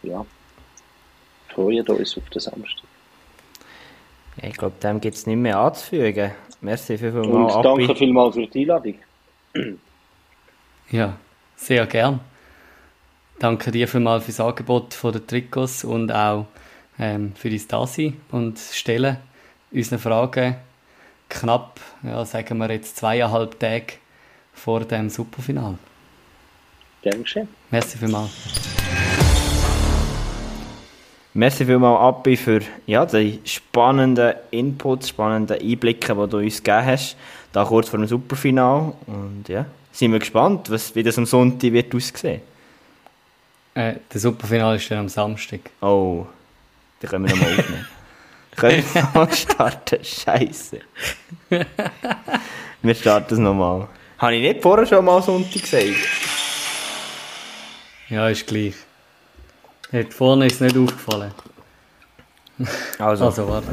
freuen uns auf den Samstag. Ja, ich glaube, dem gibt es nicht mehr anzufügen. Merci vielmals, und danke vielmals für die Einladung. Ja, sehr gern. Danke dir vielmals für das Angebot von den Trikots und auch für dein Dasein und Stellen unseren Fragen knapp, sagen wir jetzt 2,5 Tage vor dem Superfinale. Gern geschehen. Merci vielmals. Merci vielmals, Appi, für die spannenden Inputs, spannenden Einblicke, die du uns gegeben hast. Da kurz vor dem Superfinale. Und sind wir gespannt, wie das am Sonntag wird aussehen. Der Superfinale ist dann am Samstag. Oh, dann können wir nochmal aufnehmen. Können wir nochmal starten? Scheisse. Wir starten es nochmal. Habe ich nicht vorher schon mal Sonntag gesagt? Ja, ist gleich. Vorne ist es nicht aufgefallen. Also warte.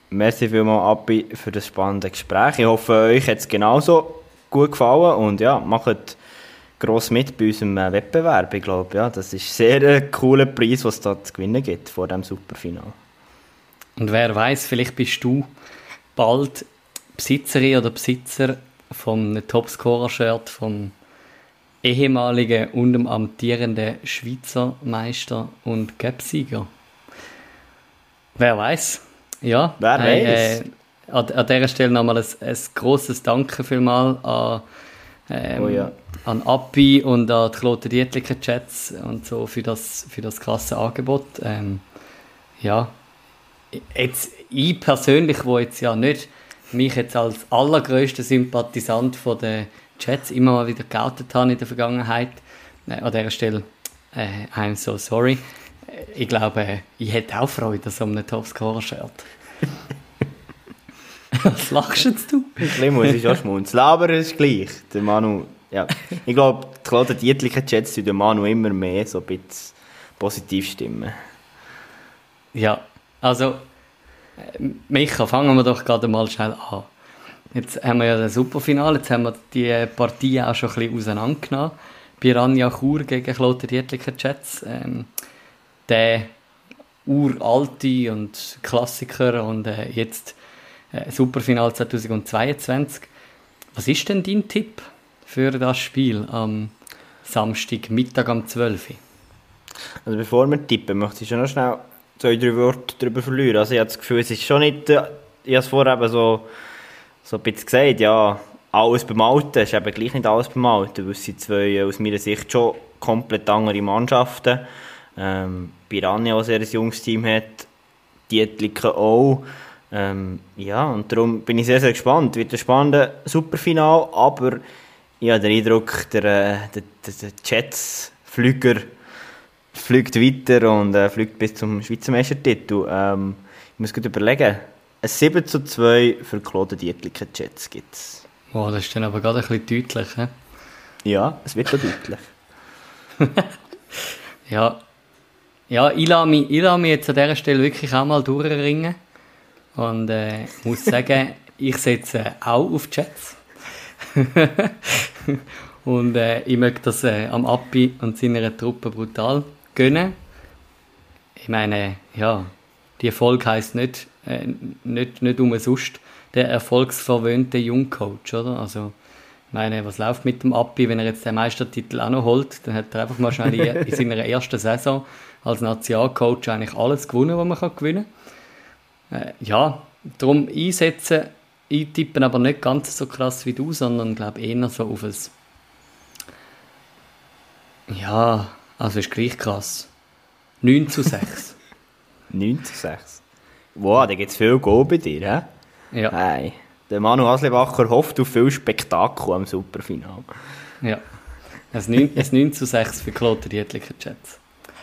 merci vielmals, Abi, für das spannende Gespräch. Ich hoffe, euch hat es genauso gut gefallen und ja, macht gross mit bei unserem Wettbewerb. Ich glaube, ja, das ist sehr ein cooler Preis, was es da zu gewinnen gibt vor dem Superfinale. Und wer weiß, vielleicht bist du bald Besitzerin oder Besitzer vom Topscorer-Shirt vom ehemaligen und dem amtierenden Schweizer Meister und Cup-Sieger. Wer weiß? Ja. Wer weiß? An dieser Stelle nochmal ein grosses Danke vielmals an Appi und an die Kloten Dietliker Chats und so für das krasse Angebot. Ja, jetzt ich persönlich, wo jetzt ja nicht mich jetzt als allergrößter Sympathisant von den Chats immer mal wieder geoutet habe in der Vergangenheit, an dieser Stelle I'm so sorry. Ich glaube, ich hätte auch Freude an so einem Topscorer-Shirt. Was lachst jetzt du? Ich muss ich auch schmunzeln, aber es ist gleich. Der Manu, ja. Ich glaube, die Kloten Dietliker Chats sind der Manu immer mehr so ein bisschen positiv stimmen. Ja, also Micha, fangen wir doch gerade mal schnell an. Jetzt haben wir ja das Superfinale, jetzt haben wir die Partie auch schon ein bisschen auseinandergenommen. Piranha Chur gegen Kloten Dietliker Chats. Der uralte und Klassiker und jetzt Superfinale 2022. Was ist denn dein Tipp für das Spiel am Samstag, Mittag um 12 Uhr? Also bevor wir tippen, möchte ich schon noch schnell 2-3 Worte darüber verlieren. Also ich habe das Gefühl, es ist schon nicht, ich habe es vorher eben so ein bisschen gesagt, ja, alles beim Alten, ist eben gleich nicht alles beim Alten, weil es sind zwei aus meiner Sicht schon komplett andere Mannschaften. Piranha, was ein junges Team hat, Dietliker auch. Ja, und darum bin ich sehr, sehr gespannt. Wird ein spannendes Superfinale, aber ich habe den Eindruck, der Jets-Flüger fliegt weiter und fliegt bis zum Schweizer Meistertitel. Ich muss gut überlegen. Ein 7:2 für Kloten Dietliker Jets gibt es. Oh, das ist dann aber gerade ein bisschen deutlich, he? Ja, es wird auch deutlich. Ja, ich lasse mich jetzt an dieser Stelle wirklich auch mal durchringen. Und muss sagen, ich setze auch auf Jets. Und ich möchte das am Appi und seiner Truppe brutal gönnen. Ich meine, ja, die Erfolg heisst nicht umsonst der erfolgsverwöhnte Jungcoach, oder? Also, ich meine, was läuft mit dem Appi, wenn er jetzt den Meistertitel auch noch holt? Dann hat er einfach mal schnell in seiner ersten Saison als Nationalcoach eigentlich alles gewonnen, was man gewinnen kann. Ja, darum einsetzen, eintippen, aber nicht ganz so krass wie du, sondern glaube eher so auf ein... Ja, also ist gleich krass. 9:6. 9:6. Wow, da gibt es viel Goal bei dir, hä? Ja. Hey, der Manu Haslebacher hofft auf viel Spektakel am Superfinale. Ja. Ein 9:6 für Kloten Dietliker Jets.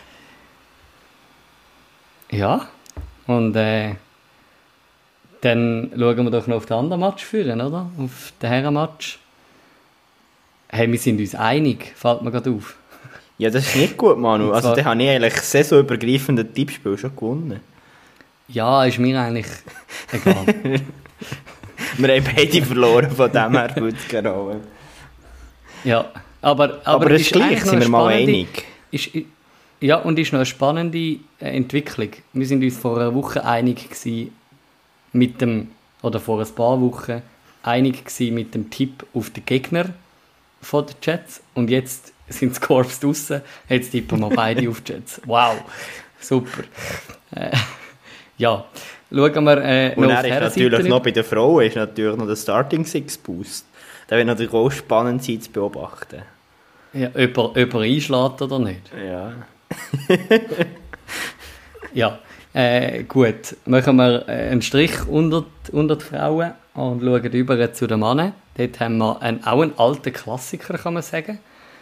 Ja, und dann schauen wir doch noch auf den anderen Match führen, oder? Auf den Herrenmatch. Hey, wir sind uns einig, fällt mir gerade auf. Ja, das ist nicht gut, Manu. Also, da habe ich eigentlich saisonübergreifende Tippspiel schon gewonnen. Ja, ist mir eigentlich egal. Wir haben beide verloren, von dem her gut genau. Ja, aber es ist gleich, sind wir mal einig. Ja, und ist noch eine spannende Entwicklung. Wir sind uns vor einer Woche einig gewesen vor ein paar Wochen einig gewesen mit dem Tipp auf den Gegner von den Jets. Und jetzt sind die Corps draussen, jetzt tippen wir beide auf die Jets. Wow, super. Ja, schauen wir und noch auf die ist natürlich noch bei den Frauen ist natürlich noch der Starting Six Boost. Der wird natürlich auch spannend sein zu beobachten. Ja, ob er einschlägt oder nicht. Ja. Ja, gut. Machen wir einen Strich unter die Frauen und schauen über zu den Männern. Dort haben wir auch einen alten Klassiker, kann man sagen.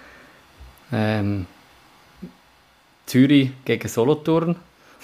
Zürich gegen Solothurn.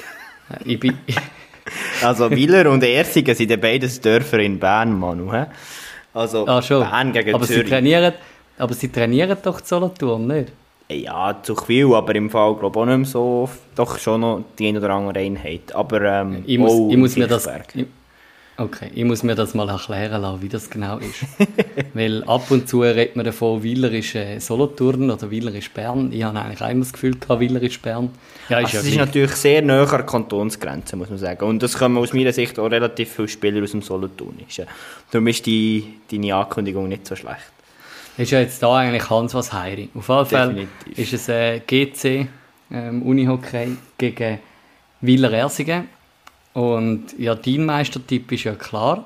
Also Willer und Ersigen sind ja beides Dörfer in Bern, Manu. He? Also schon. Bern gegen aber Zürich. Sie trainieren doch Solothurn, nicht? Ja, zu viel, aber im Fall glaube ich auch nicht mehr so. Doch schon noch die eine oder andere Einheit. Aber ich muss mir das... Okay, ich muss mir das mal erklären lassen, wie das genau ist. Weil ab und zu redet man davon, Wieler ist Solothurn oder Wieler ist Bern. Ich habe eigentlich immer das Gefühl gehabt, Wieler ist Bern. Ja, also es ist natürlich sehr nah an der Kantonsgrenze, muss man sagen. Und das kommen aus meiner Sicht auch relativ viele Spieler aus dem Solothurnischen. Darum ist deine Ankündigung nicht so schlecht. Ist ja jetzt da eigentlich Hans was Heiri. Auf jeden Fall ist es GC Unihockey gegen Wieler Ersingen. Und ja, dein Meistertipp ist ja klar.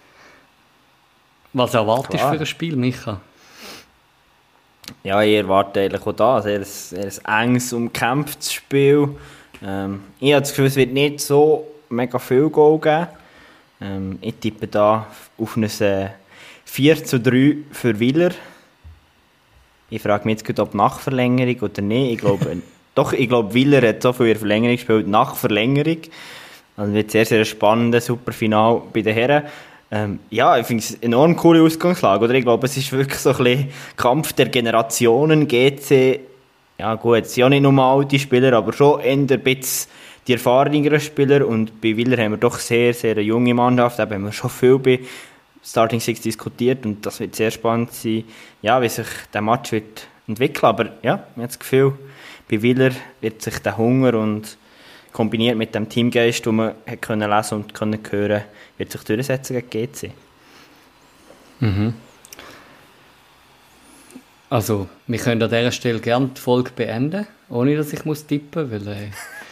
Was erwartest du für ein Spiel, Micha? Ja, ich erwarte eigentlich auch da ein enges, umkämpftes Spiel. Ich habe das Gefühl, es wird nicht so mega viel Goal geben. Ich tippe da auf ein 4:3 für Wieler. Ich frage mich jetzt, ob nach Verlängerung oder nicht. Ich glaube, Wieler hat so viel in der Verlängerung gespielt, nach Verlängerung. Also wird sehr, sehr spannendes Superfinal bei den Herren. Ja, ich finde es eine enorm coole Ausgangslage. Oder? Ich glaube, es ist wirklich so ein bisschen Kampf der Generationen. GC, ja gut, es sind ja nicht nur alte Spieler, aber schon eher ein bisschen die erfahreneren Spieler. Und bei Wieler haben wir doch sehr, sehr eine junge Mannschaft. Da haben wir schon viel bei Starting Six diskutiert. Und das wird sehr spannend sein, ja, wie sich der Match wird entwickeln. Aber ja, ich habe das Gefühl, bei Wieler wird sich der Hunger und kombiniert mit dem Teamgeist, den man können lesen und können hören, wird sich durchsetzen gegen GC. Mhm. Also, wir können an dieser Stelle gerne die Folge beenden, ohne dass ich tippen muss, weil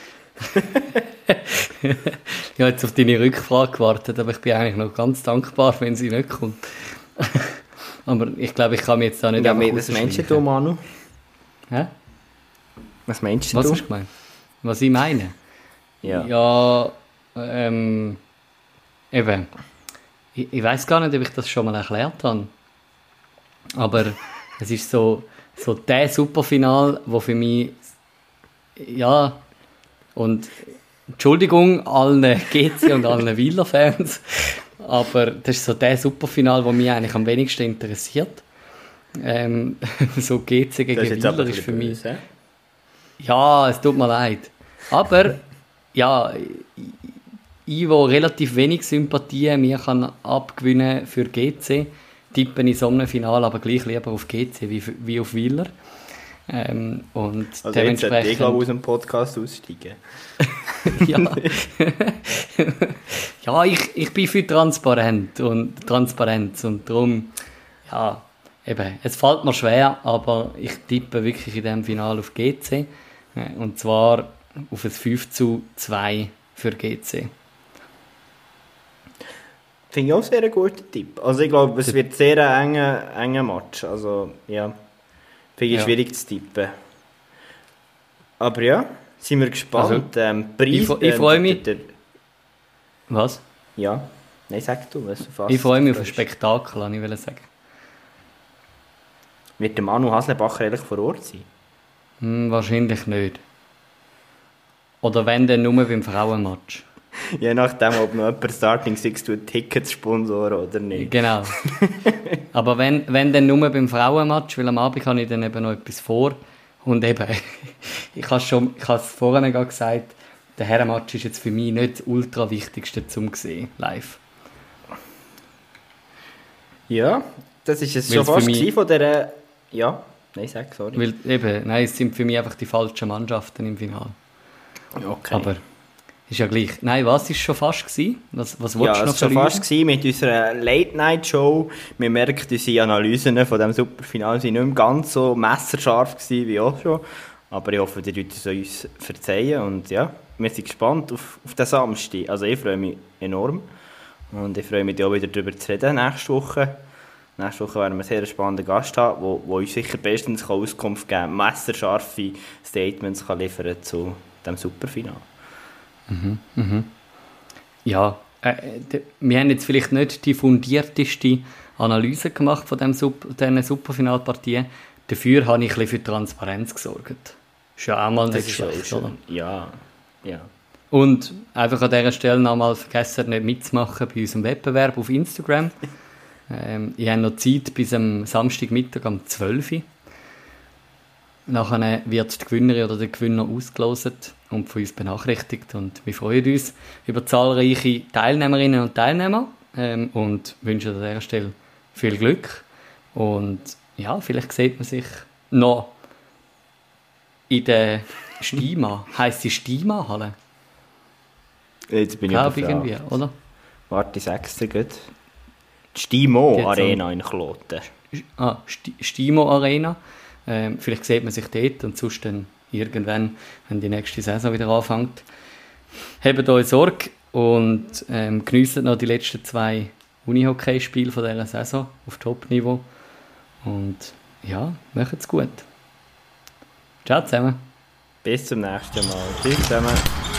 ich habe jetzt auf deine Rückfrage gewartet, aber ich bin eigentlich noch ganz dankbar, wenn sie nicht kommt. Aber ich glaube, ich kann mich jetzt da nicht einfach was meinst du, Manu? Hä? Was meinst du? Was hast du gemeint? Was ich meine? Ja, eben. Ich weiss gar nicht, ob ich das schon mal erklärt habe. Aber es ist so der Superfinal, wo für mich, ja, und Entschuldigung allen GC und allen Wieler-Fans, aber das ist so der Superfinal, der mich eigentlich am wenigsten interessiert. So GC gegen Wieler ist für mich... Böse. Ja, es tut mir leid. Aber... Ja, ich, wo relativ wenig Sympathie mir kann abgewinnen für GC, tippe in so einem Finale aber gleich lieber auf GC wie auf Wieler. Und also jetzt sollte ich glaube aus dem Podcast aussteigen. Ja, ja ich bin für Transparenz und darum, ja, eben, es fällt mir schwer, aber ich tippe wirklich in diesem Finale auf GC. Und zwar auf ein 5:2 für GC. Finde ich auch sehr einen guten Tipp. Also ich glaube, es wird sehr ein enger Match. Also ja, finde ich schwierig zu tippen. Aber ja, sind wir gespannt. Also, ich freue mich. Was? Ja, nein, sag du. Was du ich freue mich auf ein Spektakel, wollte ich sagen. Wird der Manu Haslebacher ehrlich vor Ort sein? Wahrscheinlich nicht. Oder wenn, dann nur beim Frauenmatch. Je nachdem, ob noch jemand Starting Six Tickets sponsoren oder nicht. Genau. Aber wenn dann nur beim Frauenmatch, weil am Abend habe ich dann eben noch etwas vor. Und eben, ich habe es vorhin gesagt, der Herrenmatch ist jetzt für mich nicht das ultra wichtigste zum sehen, live. Ja, das ist es schon fast von dieser... Ja, nein, sag, sorry. Weil eben, nein, es sind für mich einfach die falschen Mannschaften im Finale. Okay. Aber ist ja gleich. Nein, was war schon fast gewesen? Was wolltest du noch verlieren? Ja, es war schon fast gewesen mit unserer Late-Night-Show. Wir merken, unsere Analysen von diesem Superfinale waren nicht mehr ganz so messerscharf gewesen wie auch schon. Aber ich hoffe, die Leute sollen uns verzeihen. Und ja, wir sind gespannt auf den Samstag. Also ich freue mich enorm. Und ich freue mich auch wieder darüber zu reden nächste Woche. Nächste Woche werden wir einen sehr spannenden Gast haben, der uns sicher bestens Auskunft geben kann, messerscharfe Statements kann liefern zu dem Superfinale. Ja, wir haben jetzt vielleicht nicht die fundierteste Analyse gemacht von diesen Superfinalpartien. Dafür habe ich ein bisschen für Transparenz gesorgt. Ist ja auch mal nicht schlecht, oder? Ja. Und einfach an dieser Stelle nochmal vergessen, nicht mitzumachen bei unserem Wettbewerb auf Instagram. Ich habe noch Zeit bis am Samstagmittag um 12 Uhr. Nachher wird die Gewinnerin oder der Gewinner ausgelost. und von uns benachrichtigt. Und wir freuen uns über zahlreiche Teilnehmerinnen und Teilnehmer und wünschen an dieser Stelle viel Glück. Und ja, vielleicht sieht man sich noch in der Stima. Heisst die Stima-Halle? Jetzt bin ich irgendwie, oder? Warte, ich sag's dir gut. Die Stimo-Arena in Kloten. Stimo-Arena. Vielleicht sieht man sich dort und sonst dann irgendwann, wenn die nächste Saison wieder anfängt. Habt euch Sorge und geniessen noch die letzten 2 Unihockey-Spiele von dieser Saison auf Top-Niveau. Und ja, macht's gut. Ciao zusammen. Bis zum nächsten Mal. Tschüss zusammen.